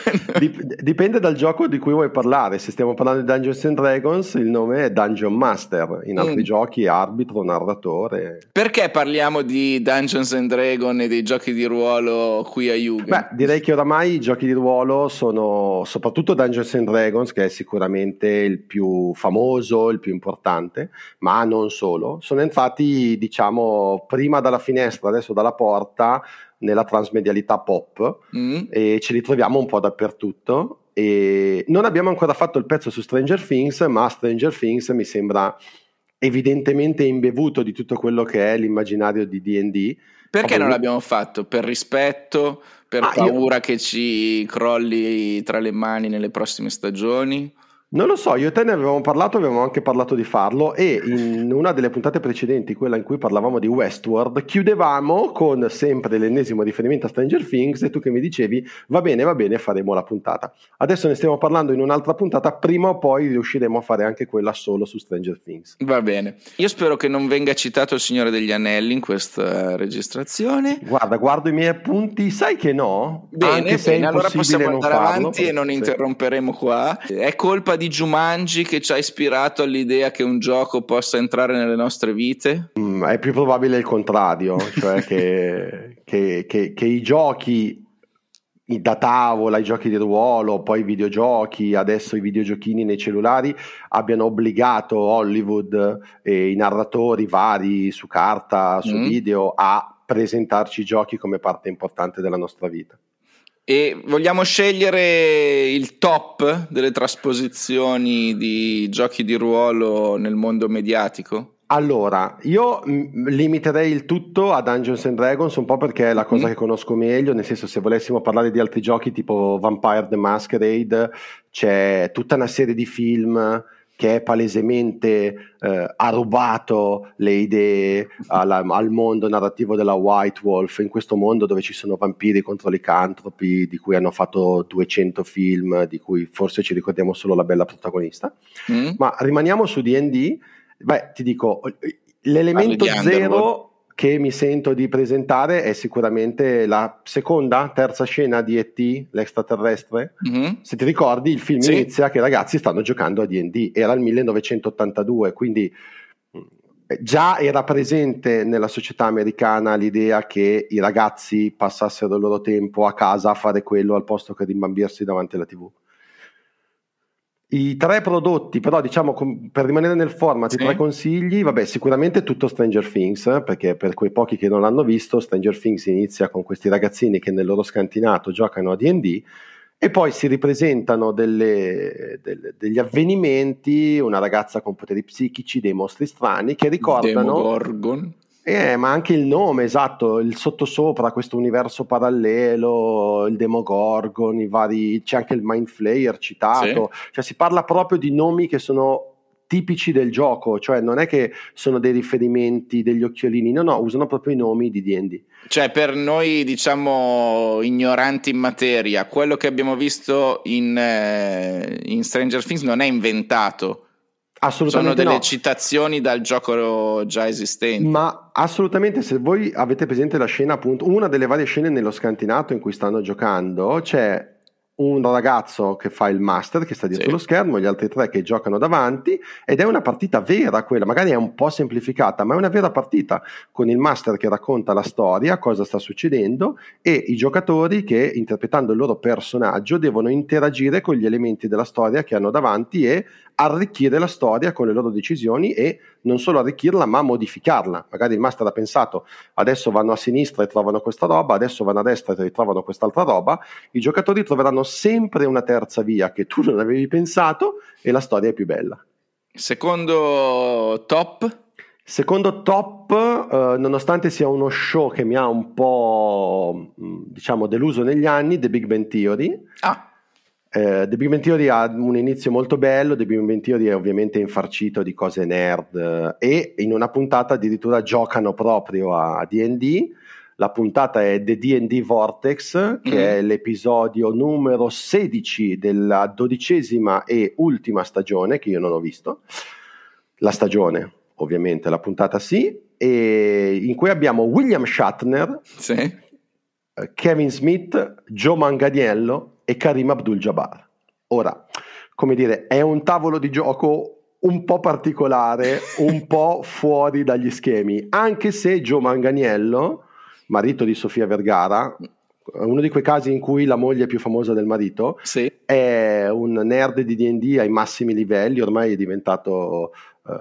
Dipende dal gioco di cui vuoi parlare. Se stiamo parlando di Dungeons and Dragons, il nome è Dungeon Master. In altri giochi arbitro, narratore. Perché parliamo di Dungeons and Dragons e dei giochi di ruolo qui a Jugend? Beh, direi che oramai i giochi di ruolo sono, soprattutto Dungeons and Dragons, che è sicuramente il più famoso, il più importante, ma non solo. Sono entrati, diciamo, prima dalla finestra, adesso dalla porta, nella transmedialità pop, e ce li troviamo un po' dappertutto. E non abbiamo ancora fatto il pezzo su Stranger Things, ma Stranger Things mi sembra evidentemente imbevuto di tutto quello che è l'immaginario di D&D. Perché non l'abbiamo fatto? Per rispetto? Per paura che ci crolli tra le mani nelle prossime stagioni? Non lo so, io e te ne avevamo anche parlato di farlo, e in una delle puntate precedenti, quella in cui parlavamo di Westworld, chiudevamo con sempre l'ennesimo riferimento a Stranger Things, e tu che mi dicevi va bene, faremo la puntata. Adesso ne stiamo parlando in un'altra puntata, prima o poi riusciremo a fare anche quella solo su Stranger Things. Va bene, io spero che non venga citato il Signore degli Anelli in questa registrazione. Guardo i miei appunti, sai che no? Bene, allora possiamo andare avanti e non interromperemo qua. È colpa di Jumanji che ci ha ispirato all'idea che un gioco possa entrare nelle nostre vite? È più probabile il contrario, cioè che i giochi da tavola, i giochi di ruolo, poi i videogiochi, adesso i videogiochini nei cellulari, abbiano obbligato Hollywood e i narratori vari su carta, su video, a presentarci i giochi come parte importante della nostra vita. E vogliamo scegliere il top delle trasposizioni di giochi di ruolo nel mondo mediatico? Allora, io limiterei il tutto a Dungeons and Dragons, un po' perché è la cosa che conosco meglio, nel senso, se volessimo parlare di altri giochi tipo Vampire the Masquerade, c'è tutta una serie di film che palesemente ha rubato le idee al mondo narrativo della White Wolf, in questo mondo dove ci sono vampiri contro licantropi, di cui hanno fatto 200 film, di cui forse ci ricordiamo solo la bella protagonista. Ma rimaniamo su D&D. Beh, ti dico, l'elemento zero che mi sento di presentare è sicuramente la terza scena di E.T., l'extraterrestre. Se ti ricordi, il film inizia che i ragazzi stanno giocando a D&D, era il 1982, quindi Già era presente nella società americana l'idea che i ragazzi passassero il loro tempo a casa a fare quello al posto che rimbambirsi davanti alla TV. I 3 prodotti, però, diciamo, per rimanere nel format, i 3 consigli, vabbè, sicuramente tutto Stranger Things, perché per quei pochi che non l'hanno visto, Stranger Things inizia con questi ragazzini che nel loro scantinato giocano a D&D e poi si ripresentano degli avvenimenti, una ragazza con poteri psichici, dei mostri strani che ricordano... Demogorgon. Ma anche il nome, esatto, il sottosopra, questo universo parallelo, il Demogorgon, i vari, c'è anche il Mind Flayer citato, cioè si parla proprio di nomi che sono tipici del gioco, cioè non è che sono dei riferimenti, degli occhiolini, no, usano proprio i nomi di D&D. Cioè per noi, diciamo, ignoranti in materia, quello che abbiamo visto in Stranger Things non è inventato. Assolutamente sono delle citazioni dal gioco già esistente. Ma assolutamente, se voi avete presente la scena, appunto, una delle varie scene nello scantinato in cui stanno giocando, c'è un ragazzo che fa il master, che sta dietro lo schermo, gli altri 3 che giocano davanti, ed è una partita vera quella, magari è un po' semplificata, ma è una vera partita, con il master che racconta la storia, cosa sta succedendo, e i giocatori che, interpretando il loro personaggio, devono interagire con gli elementi della storia che hanno davanti e arricchire la storia con le loro decisioni, e non solo arricchirla ma modificarla. Magari il master ha pensato adesso vanno a sinistra e trovano questa roba, adesso vanno a destra e trovano quest'altra roba. I giocatori troveranno sempre una terza via che tu non avevi pensato e la storia è più bella. Secondo top, nonostante sia uno show che mi ha un po', diciamo, deluso negli anni, The Big Bang Theory. The Big Bang Theory ha un inizio molto bello, The Big Bang Theory è ovviamente infarcito di cose nerd, e in una puntata addirittura giocano proprio a D&D. La puntata è The D&D Vortex, che è l'episodio numero 16 della 12ª e ultima stagione, che io non ho visto. La stagione, ovviamente, la puntata sì, e in cui abbiamo William Shatner, Kevin Smith, Joe Manganiello e Karim Abdul-Jabbar. Ora, come dire, è un tavolo di gioco un po' particolare, un po' fuori dagli schemi, anche se Joe Manganiello, marito di Sofia Vergara, uno di quei casi in cui la moglie è più famosa del marito, è un nerd di D&D ai massimi livelli, ormai è diventato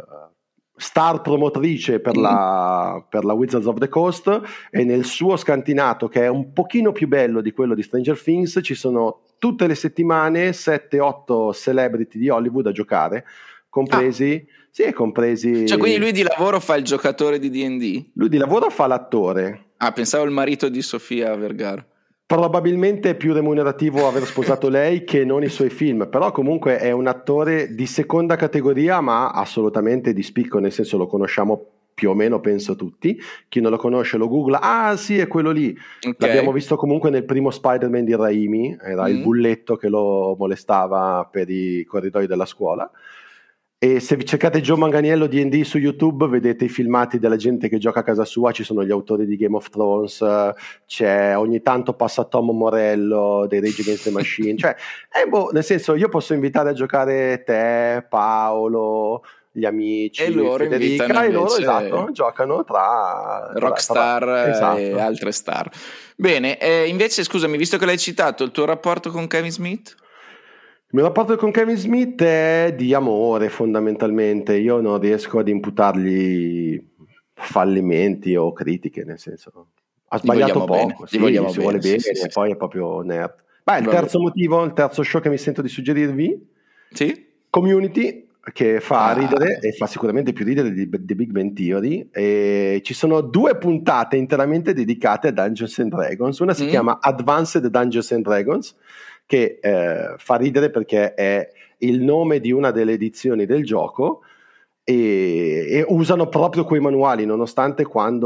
star promotrice per la Wizards of the Coast, e nel suo scantinato, che è un pochino più bello di quello di Stranger Things, ci sono tutte le settimane 7-8 celebrity di Hollywood a giocare, compresi cioè quindi lui di lavoro fa il giocatore di D&D? Lui di lavoro fa l'attore. Pensavo il marito di Sofia Vergara. Probabilmente è più remunerativo aver sposato lei che non i suoi film, però comunque è un attore di seconda categoria, ma assolutamente di spicco, nel senso lo conosciamo più o meno, penso tutti. Chi non lo conosce lo googla, sì, è quello lì. L'abbiamo visto comunque nel primo Spider-Man di Raimi, era il bulletto che lo molestava per i corridoi della scuola. E se vi cercate Joe Manganiello D&D su YouTube, vedete i filmati della gente che gioca a casa sua, ci sono gli autori di Game of Thrones, c'è ogni tanto passa Tom Morello dei Rage Against the Machine, cioè nel senso, io posso invitare a giocare te, Paolo, gli amici, e loro Federica, e loro giocano tra Rockstar e altre star. Bene, invece scusami, visto che l'hai citato, il tuo rapporto con Kevin Smith? Il mio rapporto con Kevin Smith è di amore, fondamentalmente. Io non riesco ad imputargli fallimenti o critiche, nel senso, ha sbagliato poco, si vuole bene, e poi è proprio nerd. Il terzo motivo, il terzo show che mi sento di suggerirvi, Community, che fa ridere, e fa sicuramente più ridere di The Big Bang Theory, e ci sono 2 puntate interamente dedicate a Dungeons and Dragons. Una si chiama Advanced Dungeons and Dragons, che fa ridere perché è il nome di una delle edizioni del gioco, e usano proprio quei manuali, nonostante quando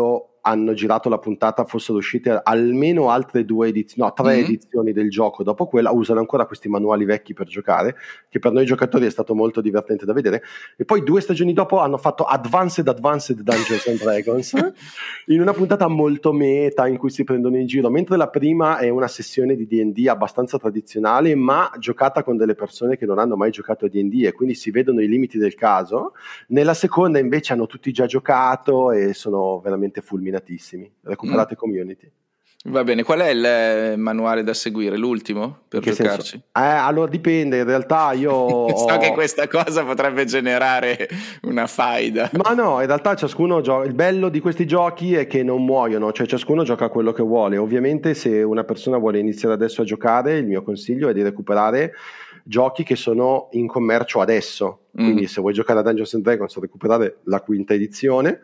hanno girato la puntata fossero uscite almeno altre 2 edizioni, no, 3 edizioni del gioco dopo quella. Usano ancora questi manuali vecchi per giocare, che per noi giocatori è stato molto divertente da vedere. E poi 2 stagioni dopo hanno fatto Advanced Dungeons and Dragons in una puntata molto meta in cui si prendono in giro, mentre la prima è una sessione di D&D abbastanza tradizionale ma giocata con delle persone che non hanno mai giocato a D&D e quindi si vedono i limiti del caso. Nella seconda invece hanno tutti già giocato e sono veramente fulminatissimi. Recuperate Community. Va bene, qual è il manuale da seguire? L'ultimo per giocarci? Allora dipende, in realtà io so che questa cosa potrebbe generare una faida. Ma no, in realtà ciascuno gioca. Il bello di questi giochi è che non muoiono, cioè ciascuno gioca quello che vuole. Ovviamente se una persona vuole iniziare adesso a giocare, il mio consiglio è di recuperare giochi che sono in commercio adesso. Quindi se vuoi giocare a Dungeons and Dragons, recuperare la 5ª edizione.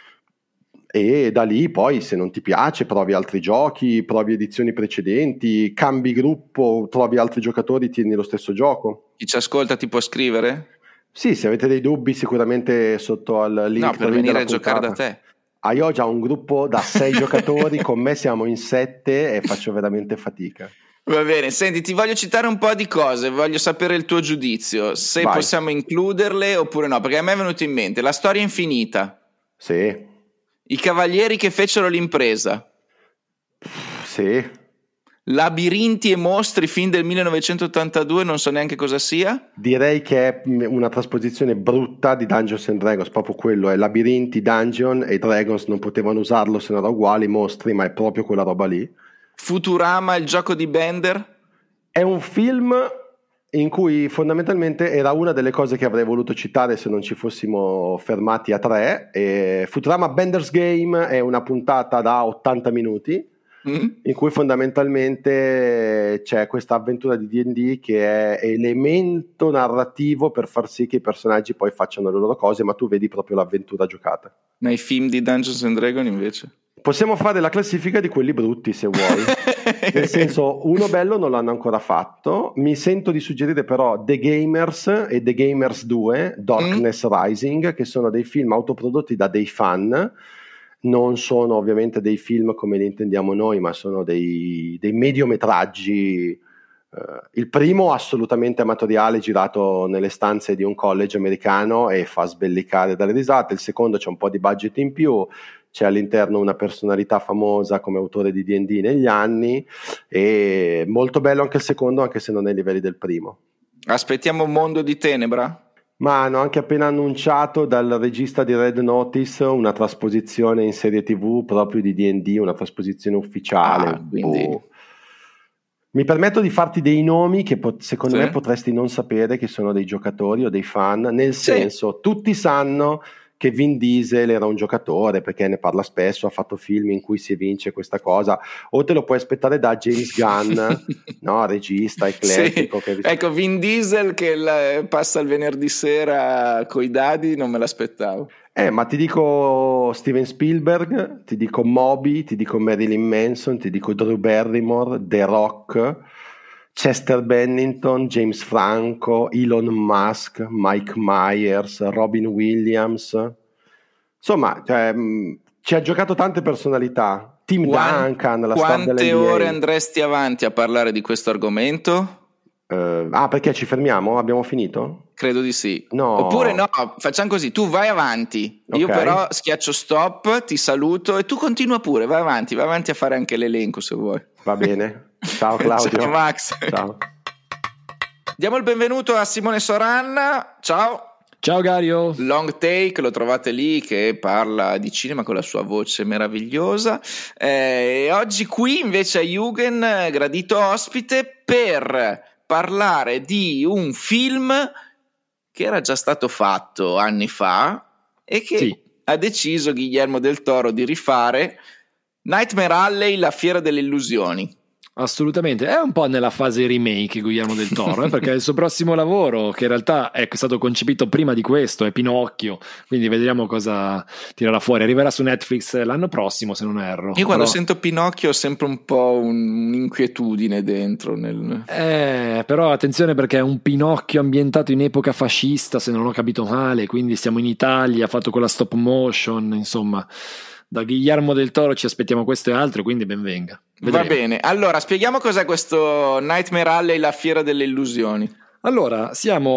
E da lì poi se non ti piace provi altri giochi, provi edizioni precedenti, cambi gruppo, trovi altri giocatori, tieni lo stesso gioco. Chi ci ascolta ti può scrivere? Sì, se avete dei dubbi sicuramente sotto al link. No, per venire a giocare da te. Io ho già un gruppo da 6 giocatori, con me siamo in 7 e faccio veramente fatica. Va bene, senti, ti voglio citare un po' di cose, voglio sapere il tuo giudizio, se possiamo includerle oppure no, perché a me è venuto in mente La storia infinita. Sì. I cavalieri che fecero l'impresa. Sì. Labirinti e mostri, film del 1982, non so neanche cosa sia. Direi che è una trasposizione brutta di Dungeons and Dragons, proprio quello è labirinti, dungeon e Dragons non potevano usarlo se non era uguali, mostri, ma è proprio quella roba lì. Futurama, il gioco di Bender. È un film in cui fondamentalmente era una delle cose che avrei voluto citare se non ci fossimo fermati a 3. Futurama Bender's Game è una puntata da 80 minuti in cui fondamentalmente c'è questa avventura di D&D che è elemento narrativo per far sì che i personaggi poi facciano le loro cose, ma tu vedi proprio l'avventura giocata. Nei film di Dungeons and Dragons invece? Possiamo fare la classifica di quelli brutti se vuoi. Nel senso, uno bello non l'hanno ancora fatto. Mi sento di suggerire però The Gamers e The Gamers 2 Darkness Rising, che sono dei film autoprodotti da dei fan. Non sono ovviamente dei film come li intendiamo noi, ma sono dei mediometraggi. Il primo assolutamente amatoriale, girato nelle stanze di un college americano e fa sbellicare dalle risate. Il secondo c'è un po' di budget in più, c'è all'interno una personalità famosa come autore di D&D negli anni, e molto bello anche il secondo, anche se non ai livelli del primo. Aspettiamo Mondo di Tenebra? Ma hanno anche appena annunciato dal regista di Red Notice una trasposizione in serie TV proprio di D&D, una trasposizione ufficiale. Quindi... Mi permetto di farti dei nomi che secondo me potresti non sapere, che sono dei giocatori o dei fan, nel senso, tutti sanno che Vin Diesel era un giocatore perché ne parla spesso, ha fatto film in cui si evince questa cosa, o te lo puoi aspettare da James Gunn, no, regista eclettico. Sì. Ecco, Vin Diesel che passa il venerdì sera coi dadi, non me l'aspettavo. Ma ti dico Steven Spielberg, ti dico Moby, ti dico Marilyn Manson, ti dico Drew Barrymore, The Rock, Chester Bennington, James Franco, Elon Musk, Mike Myers, Robin Williams. Insomma, ci ha giocato tante personalità. Tim Duncan, la star dell'NBA. Quante ore andresti avanti a parlare di questo argomento? Perché ci fermiamo? Abbiamo finito? Credo di sì. No. Oppure no, facciamo così, tu vai avanti, io però schiaccio stop, ti saluto e tu continua pure, vai avanti a fare anche l'elenco se vuoi. Va bene. Ciao Claudio. Ciao Max. Ciao. Diamo il benvenuto a Simone Soranna. Ciao. Ciao Gario. Long Take, lo trovate lì, che parla di cinema con la sua voce meravigliosa. E oggi qui invece a Jugend, gradito ospite per parlare di un film che era già stato fatto anni fa e che ha deciso Guillermo del Toro di rifare, Nightmare Alley, la fiera delle illusioni. Assolutamente, è un po' nella fase remake Guillermo del Toro, perché il suo prossimo lavoro, che in realtà è stato concepito prima di questo, è Pinocchio, quindi vedremo cosa tirerà fuori. Arriverà su Netflix l'anno prossimo, se non erro. Io quando sento Pinocchio ho sempre un po' un'inquietudine dentro però attenzione, perché è un Pinocchio ambientato in epoca fascista, se non ho capito male, quindi siamo in Italia, fatto con la stop motion, insomma Da Guillermo del Toro ci aspettiamo questo e altro, quindi ben venga. Vedremo. Va bene, allora spieghiamo cos'è questo Nightmare Alley, la fiera delle illusioni. Allora,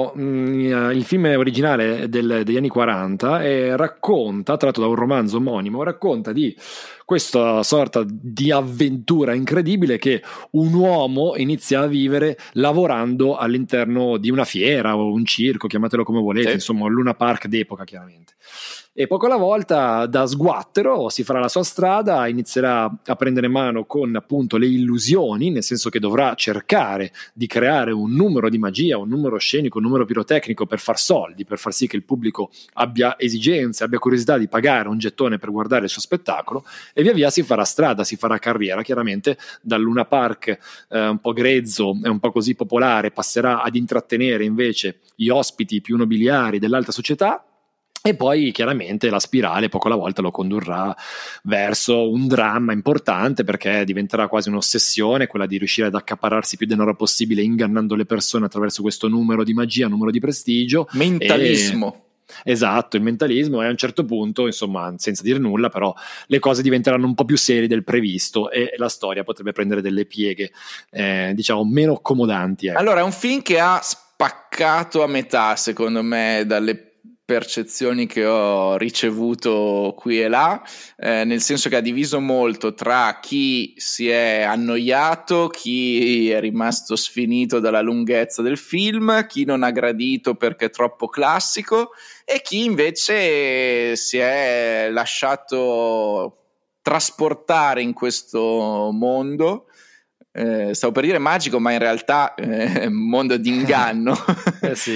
il film originale degli anni 40 e racconta, tratto da un romanzo omonimo, racconta di questa sorta di avventura incredibile che un uomo inizia a vivere lavorando all'interno di una fiera o un circo, chiamatelo come volete, sì. Insomma, un Luna Park d'epoca chiaramente. E poco alla volta, da sguattero, si farà la sua strada, inizierà a prendere mano con appunto le illusioni, nel senso che dovrà cercare di creare un numero di magia, un numero scenico, un numero pirotecnico per far soldi, per far sì che il pubblico abbia esigenze, abbia curiosità di pagare un gettone per guardare il suo spettacolo, e via via si farà strada, si farà carriera, chiaramente dal Luna Park un po' grezzo e un po' così popolare passerà ad intrattenere invece gli ospiti più nobiliari dell'alta società. E poi chiaramente la spirale poco alla volta lo condurrà verso un dramma importante, perché diventerà quasi un'ossessione quella di riuscire ad accaparrarsi più denaro possibile ingannando le persone attraverso questo numero di magia, numero di prestigio. Mentalismo. Esatto, il mentalismo, e a un certo punto, insomma, senza dire nulla, però le cose diventeranno un po' più serie del previsto e la storia potrebbe prendere delle pieghe diciamo meno accomodanti. Allora, è un film che ha spaccato a metà, secondo me, dalle percezioni che ho ricevuto qui e là, nel senso che ha diviso molto tra chi si è annoiato, chi è rimasto sfinito dalla lunghezza del film, chi non ha gradito perché è troppo classico e chi invece si è lasciato trasportare in questo mondo. Stavo per dire magico, ma in realtà è un mondo di inganno. Sì.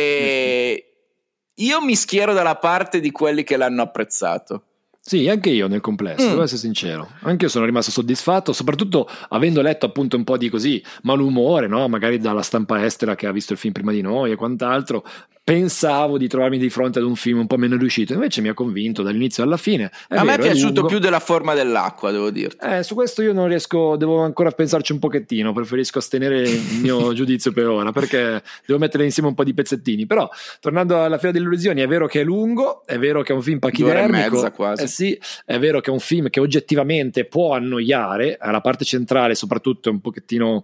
E io mi schiero dalla parte di quelli che l'hanno apprezzato. Sì, anche io nel complesso, devo essere sincero. Anche io sono rimasto soddisfatto, soprattutto avendo letto appunto un po' di così malumore, no? Magari dalla stampa estera che ha visto il film prima di noi e quant'altro. Pensavo di trovarmi di fronte ad un film un po' meno riuscito, invece mi ha convinto dall'inizio alla fine. A me è piaciuto più della forma dell'acqua, devo dirti. Su questo io non riesco, devo ancora pensarci un pochettino, preferisco astenere il mio giudizio per ora, perché devo mettere insieme un po' di pezzettini. Però, tornando alla Fiera delle Illusioni, è vero che è lungo, è vero che è un film pachidermico, 2 ore e mezza quasi. Sì, è vero che è un film che oggettivamente può annoiare, la parte centrale soprattutto è un pochettino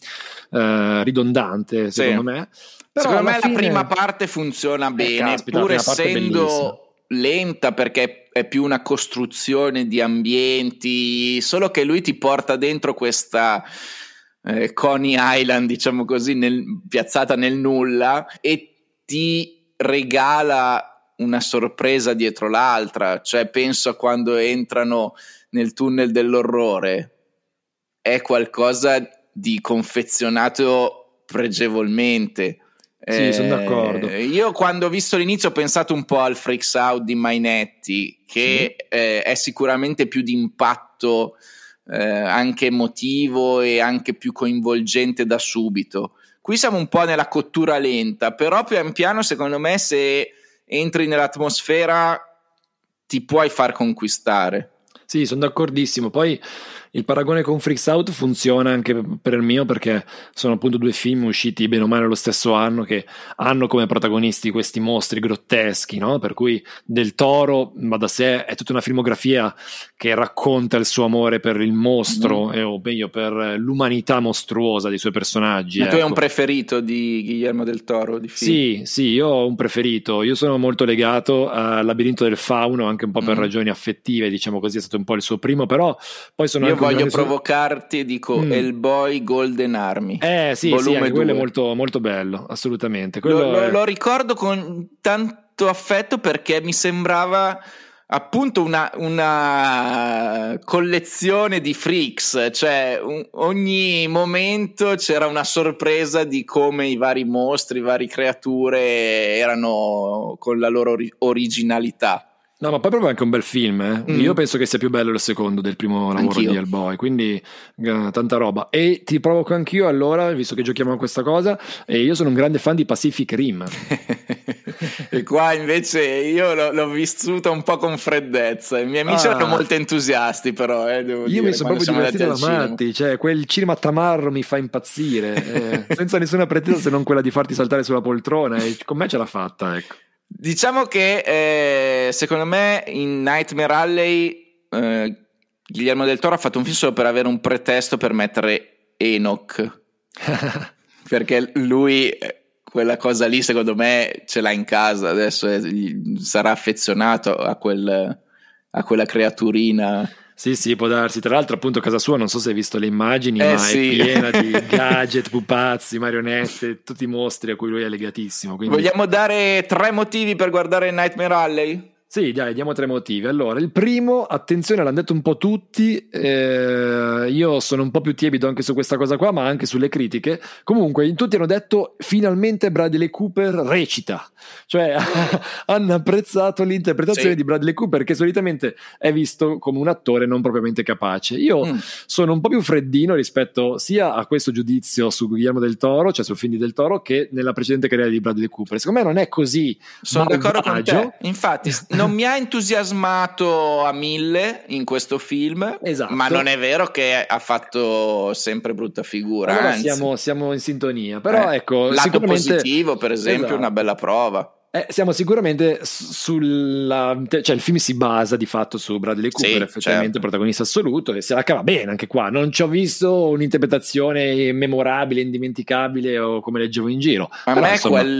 ridondante, secondo me. Però secondo me fine... la prima parte funziona bene, caspita, pur essendo lenta, perché è più una costruzione di ambienti, solo che lui ti porta dentro questa Coney Island, diciamo così, piazzata nel nulla, e ti regala una sorpresa dietro l'altra. Cioè, penso a quando entrano nel tunnel dell'orrore, è qualcosa di confezionato pregevolmente. Sì, sono d'accordo. Io quando ho visto l'inizio ho pensato un po' al Freaks Out di Mainetti, che è sicuramente più di impatto anche emotivo e anche più coinvolgente da subito. Qui siamo un po' nella cottura lenta, però pian piano secondo me se entri nell'atmosfera ti puoi far conquistare. Sì, sono d'accordissimo. Poi il paragone con Freaks Out funziona anche per il mio, perché sono appunto 2 film usciti bene o male lo stesso anno, che hanno come protagonisti questi mostri grotteschi, no? Per cui Del Toro, va da sé, è tutta una filmografia che racconta il suo amore per il mostro o meglio per l'umanità mostruosa dei suoi personaggi. Ma tu hai un preferito di Guillermo del Toro? Di film? Sì, io ho un preferito. Io sono molto legato al Labirinto del Fauno, anche un po' per ragioni affettive, diciamo così, è stato un po' il suo primo, però poi sono io voglio provocarti e dico Hellboy Golden Army. Sì, anche quello è molto, molto bello, assolutamente. Lo ricordo con tanto affetto, perché mi sembrava appunto una collezione di freaks, cioè ogni momento c'era una sorpresa di come i vari mostri, i vari creature erano con la loro originalità. No, ma poi proprio anche un bel film, Io penso che sia più bello il secondo del primo lavoro di Hellboy, quindi tanta roba. E ti provoco anch'io allora, visto che giochiamo a questa cosa, e io sono un grande fan di Pacific Rim. E qua invece io l'ho vissuta un po' con freddezza. I miei amici erano molto entusiasti, però devo dire, mi sono proprio divertito da matti, cioè quel cinema tamarro mi fa impazzire, senza nessuna pretesa se non quella di farti saltare sulla poltrona, e con me ce l'ha fatta, ecco. Diciamo che secondo me in Nightmare Alley Guillermo del Toro ha fatto un film solo per avere un pretesto per mettere Enoch perché lui quella cosa lì secondo me ce l'ha in casa adesso, sarà affezionato a quella creaturina. Sì, può darsi. Tra l'altro, appunto, casa sua, non so se hai visto le immagini, ma sì. è piena di gadget, pupazzi, marionette, tutti i mostri a cui lui è legatissimo. Quindi... Vogliamo dare 3 motivi per guardare Nightmare Alley? Sì, dai, diamo 3 motivi. Allora, il primo, attenzione, l'hanno detto un po' tutti, io sono un po' più tiepido anche su questa cosa qua, ma anche sulle critiche. Comunque, in tutti hanno detto, finalmente Bradley Cooper recita. Cioè, hanno apprezzato l'interpretazione di Bradley Cooper, che solitamente è visto come un attore non propriamente capace. Io sono un po' più freddino rispetto sia a questo giudizio su Guillermo del Toro, cioè sul film di Del Toro, che nella precedente carriera di Bradley Cooper. Secondo me non è così. Sono d'accordo con te. Infatti, non mi ha entusiasmato a 1000 in questo film, esatto. Ma non è vero che ha fatto sempre brutta figura. Allora anzi. Siamo in sintonia. Però ecco, lato positivo, per esempio, esatto. Una bella prova. Siamo sicuramente cioè il film si basa di fatto su Bradley Cooper, effettivamente protagonista assoluto, e se la cava bene anche qua. Non ci ho visto un'interpretazione memorabile, indimenticabile o come leggevo in giro. A me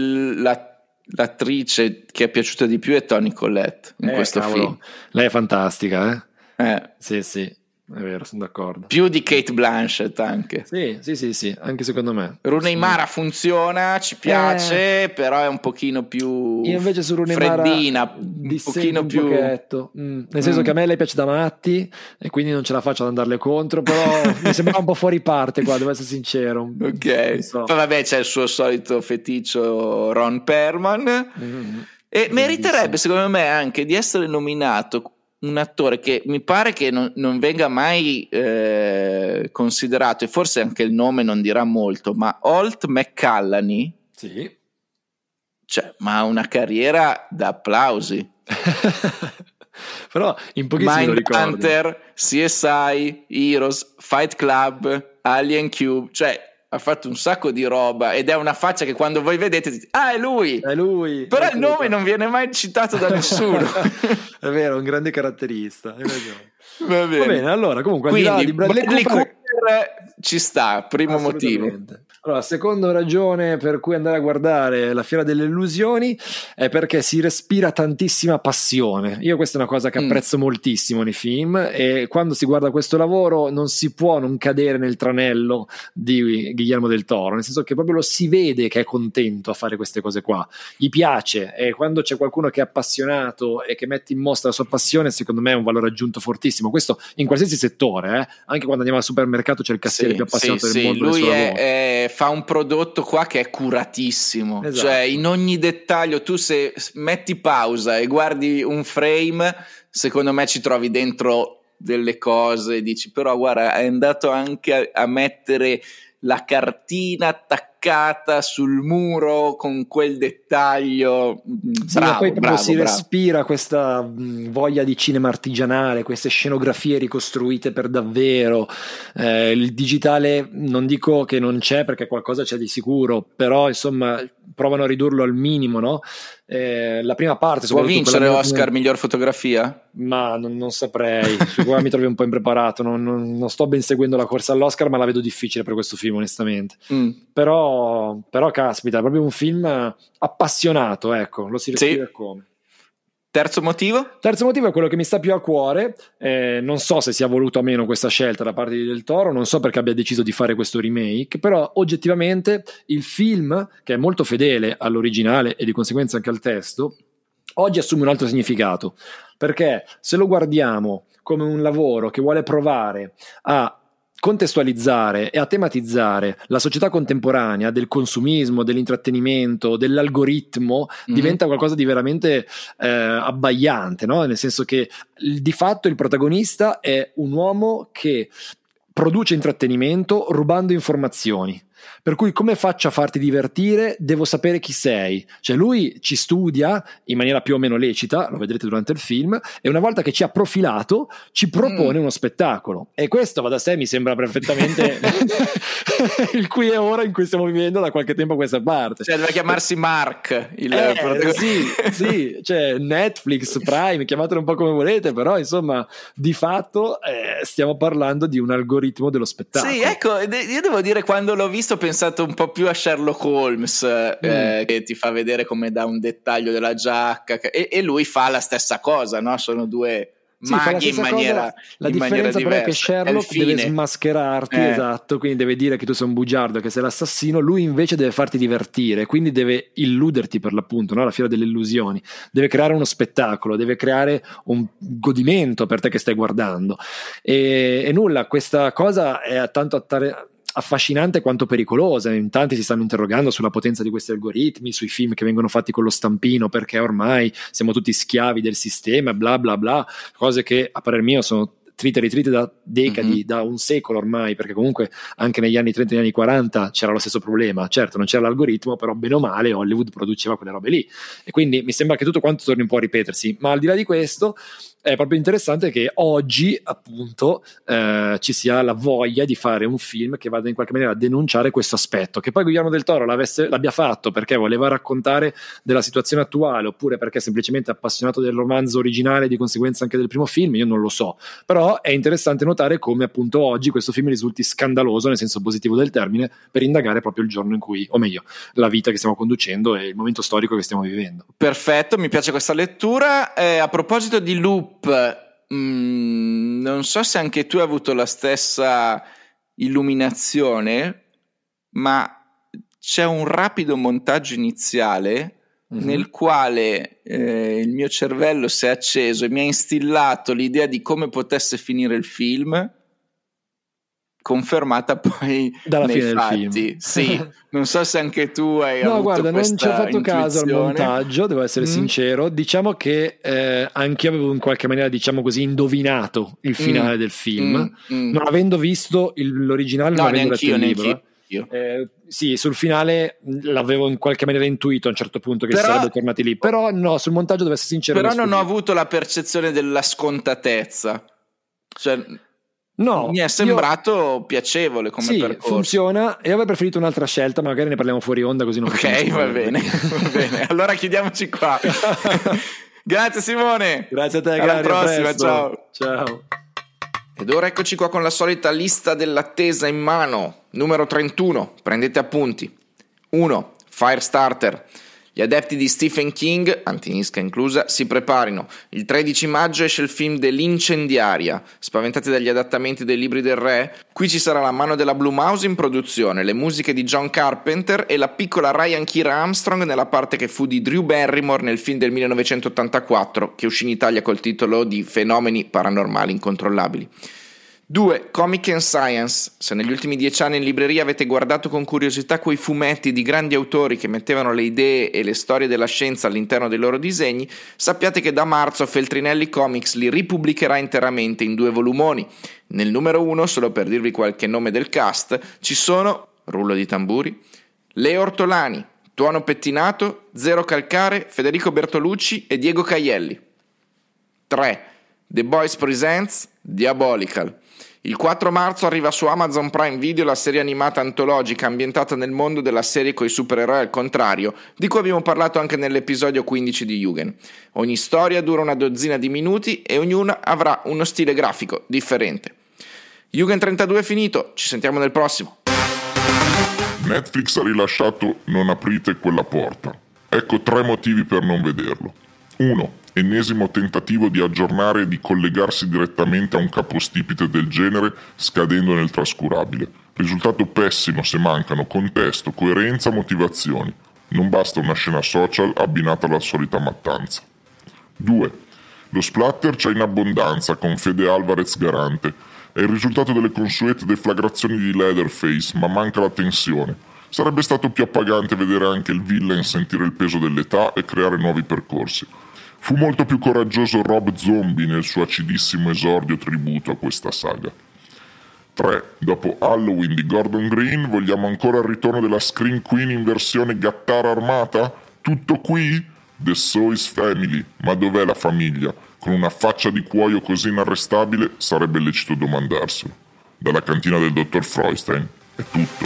l'attrice che è piaciuta di più è Toni Collette in questo film. Lei è fantastica, Sì, è vero, sono d'accordo. Più di Kate Blanchett anche. Sì, anche secondo me. Rooney Mara funziona, ci piace, però è un pochino più io invece su Rooney freddina, Mara un pochino più pochetto. Nel senso che a me lei piace da matti e quindi non ce la faccio ad andarle contro, però mi sembra un po' fuori parte qua, devo essere sincero. Ok, so. Poi vabbè c'è il suo solito feticcio Ron Perlman e meriterebbe secondo me anche di essere nominato un attore che mi pare che non venga mai considerato, e forse anche il nome non dirà molto, ma Holt McCallany, ma ha una carriera da applausi. Però in pochissimi lo ricordo. Mindhunter, CSI, Heroes, Fight Club, Alien Cube, cioè ha fatto un sacco di roba ed è una faccia che quando voi vedete dite, è lui, però il nome non viene mai citato da nessuno. È vero, un grande caratterista, hai ragione. Va bene, allora comunque quindi di Bradley Cooper ci sta, primo motivo. Allora, seconda ragione per cui andare a guardare La Fiera delle Illusioni è perché si respira tantissima passione. Io questa è una cosa che apprezzo moltissimo nei film, e quando si guarda questo lavoro non si può non cadere nel tranello di Guillermo del Toro, nel senso che proprio lo si vede che è contento a fare queste cose qua, gli piace, e quando c'è qualcuno che è appassionato e che mette in mostra la sua passione, secondo me è un valore aggiunto fortissimo. Questo in qualsiasi settore, anche quando andiamo al supermercato c'è il cassiere più appassionato del mondo. Lui fa un prodotto qua che è curatissimo, cioè in ogni dettaglio. Tu se metti pausa e guardi un frame, secondo me ci trovi dentro delle cose, dici però guarda, è andato anche a mettere la cartina attaccata sul muro con quel dettaglio. Bravo, poi proprio si bravo. respira questa voglia di cinema artigianale, queste scenografie ricostruite per davvero. Il digitale non dico che non c'è, perché qualcosa c'è di sicuro, però insomma provano a ridurlo al minimo, no? La prima parte può vincere Oscar miglior fotografia? Ma non saprei, su qua mi trovi un po' impreparato, non sto ben seguendo la corsa all'Oscar, ma la vedo difficile per questo film onestamente. Però caspita, è proprio un film appassionato, ecco, lo si respira come. Terzo motivo è quello che mi sta più a cuore. Non so se sia voluto o meno questa scelta da parte di Del Toro, non so perché abbia deciso di fare questo remake, però oggettivamente il film, che è molto fedele all'originale e di conseguenza anche al testo, oggi assume un altro significato, perché se lo guardiamo come un lavoro che vuole provare a contestualizzare e a tematizzare la società contemporanea del consumismo, dell'intrattenimento, dell'algoritmo, diventa qualcosa di veramente abbagliante, no? Nel senso che di fatto il protagonista è un uomo che produce intrattenimento rubando informazioni. Per cui come faccio a farti divertire? Devo sapere chi sei. Cioè lui ci studia in maniera più o meno lecita, lo vedrete durante il film, e una volta che ci ha profilato ci propone uno spettacolo. E questo, va da sé, mi sembra perfettamente il qui e ora in cui stiamo vivendo da qualche tempo a questa parte. Cioè deve chiamarsi Mark. Sì, cioè Netflix, Prime, chiamatelo un po' come volete, però insomma di fatto stiamo parlando di un algoritmo dello spettacolo. Sì, ecco, io devo dire, quando l'ho visto ho pensato un po' più a Sherlock Holmes, che ti fa vedere come dà un dettaglio della giacca, e lui fa la stessa cosa, no? Sono due maghi in maniera la differenza però è che Sherlock deve smascherarti, esatto, quindi deve dire che tu sei un bugiardo, che sei l'assassino. Lui invece deve farti divertire, quindi deve illuderti, per l'appunto, no? La fiera delle illusioni, deve creare uno spettacolo, deve creare un godimento per te che stai guardando, e nulla, questa cosa è tanto affascinante quanto pericolosa. In tanti si stanno interrogando sulla potenza di questi algoritmi, sui film che vengono fatti con lo stampino, perché ormai siamo tutti schiavi del sistema, bla bla bla, cose che a parer mio sono trite e ritrite da decadi, da un secolo ormai, perché comunque anche negli anni 30 e negli anni 40 c'era lo stesso problema. Certo, non c'era l'algoritmo, però bene o male Hollywood produceva quelle robe lì, e quindi mi sembra che tutto quanto torni un po' a ripetersi. Ma al di là di questo è proprio interessante che oggi appunto ci sia la voglia di fare un film che vada in qualche maniera a denunciare questo aspetto. Che poi Guillermo del Toro l'abbia fatto perché voleva raccontare della situazione attuale, oppure perché semplicemente è appassionato del romanzo originale e di conseguenza anche del primo film, io non lo so, però è interessante notare come appunto oggi questo film risulti scandaloso nel senso positivo del termine, per indagare proprio il giorno in cui, o meglio, la vita che stiamo conducendo e il momento storico che stiamo vivendo. Perfetto, mi piace questa lettura. A proposito di Loop, non so se anche tu hai avuto la stessa illuminazione, ma c'è un rapido montaggio iniziale nel quale il mio cervello si è acceso e mi ha instillato l'idea di come potesse finire il film, confermata poi dalla nei fine fatti. del film. Sì, non so se anche tu hai avuto guarda, non ci ho fatto intuizione. caso al montaggio, devo essere sincero. Diciamo che anche io avevo in qualche maniera, diciamo così, indovinato il finale del film, non avendo visto l'originale, non avendo letto il libro. Sì, sul finale l'avevo in qualche maniera intuito a un certo punto che sarebbe tornati lì, però no, sul montaggio devo essere sincero, però non ho avuto la percezione della scontatezza, cioè mi è sembrato piacevole come percorso. Funziona, e avrei preferito un'altra scelta, ma magari ne parliamo fuori onda, così non va bene. Allora chiudiamoci qua. Grazie Simone, grazie a te, alla prossima, ciao. Ed ora eccoci qua con la solita lista dell'attesa in mano. Numero 31, prendete appunti. 1. Firestarter. Gli adepti di Stephen King, antinisca inclusa, si preparino. Il 13 maggio esce il film dell'Incendiaria. Spaventati dagli adattamenti dei libri del re? Qui ci sarà la mano della Blumhouse in produzione, le musiche di John Carpenter e la piccola Ryan Kira Armstrong nella parte che fu di Drew Barrymore nel film del 1984, che uscì in Italia col titolo di Fenomeni paranormali incontrollabili. 2. Comic and Science. Se negli ultimi 10 anni in libreria avete guardato con curiosità quei fumetti di grandi autori che mettevano le idee e le storie della scienza all'interno dei loro disegni, sappiate che da marzo Feltrinelli Comics li ripubblicherà interamente in 2 volumoni. Nel numero 1, solo per dirvi qualche nome del cast, ci sono, rullo di tamburi, Leo Ortolani, Tuono Pettinato, Zero Calcare, Federico Bertolucci e Diego Caielli. 3. The Boys Presents Diabolical. Il 4 marzo arriva su Amazon Prime Video la serie animata antologica ambientata nel mondo della serie coi supereroi al contrario, di cui abbiamo parlato anche nell'episodio 15 di Jugend. Ogni storia dura una dozzina di minuti e ognuna avrà uno stile grafico differente. Jugend 32 è finito, ci sentiamo nel prossimo. Netflix ha rilasciato Non aprite quella porta. Ecco 3 motivi per non vederlo. 1. Ennesimo tentativo di aggiornare e di collegarsi direttamente a un capostipite del genere scadendo nel trascurabile. Risultato pessimo se mancano contesto, coerenza, motivazioni. Non basta una scena social abbinata alla solita mattanza. 2. Lo splatter c'è in abbondanza con Fede Alvarez garante. È il risultato delle consuete deflagrazioni di Leatherface, ma manca la tensione. Sarebbe stato più appagante vedere anche il villain sentire il peso dell'età e creare nuovi percorsi. Fu molto più coraggioso Rob Zombie nel suo acidissimo esordio tributo a questa saga. 3. Dopo Halloween di Gordon Green, vogliamo ancora il ritorno della Scream Queen in versione gattara armata? Tutto qui? The Sois Family. Ma dov'è la famiglia? Con una faccia di cuoio così inarrestabile sarebbe lecito domandarselo. Dalla cantina del dottor Freustein è tutto.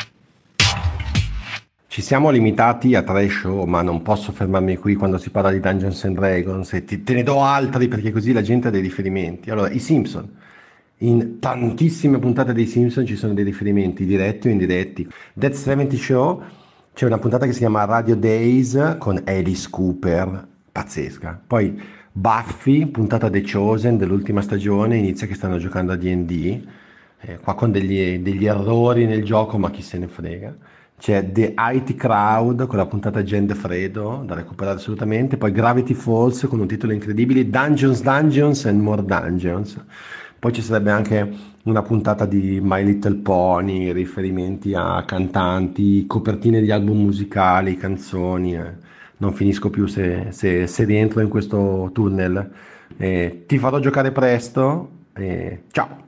Ci siamo limitati a 3 show, ma non posso fermarmi qui quando si parla di Dungeons and Dragons e te ne do altri perché così la gente ha dei riferimenti. Allora, i Simpson. In tantissime puntate dei Simpson ci sono dei riferimenti diretti o indiretti. That 70 Show, c'è una puntata che si chiama Radio Days con Alice Cooper, pazzesca. Poi Buffy, puntata The Chosen dell'ultima stagione, inizia che stanno giocando a D&D, qua con degli errori nel gioco, ma chi se ne frega. C'è The IT Crowd con la puntata Gen Fredo da recuperare assolutamente. Poi Gravity Falls con un titolo incredibile, Dungeons and More Dungeons. Poi ci sarebbe anche una puntata di My Little Pony, riferimenti a cantanti, copertine di album musicali, canzoni. Non finisco più se rientro in questo tunnel. Ti farò giocare presto. Ciao!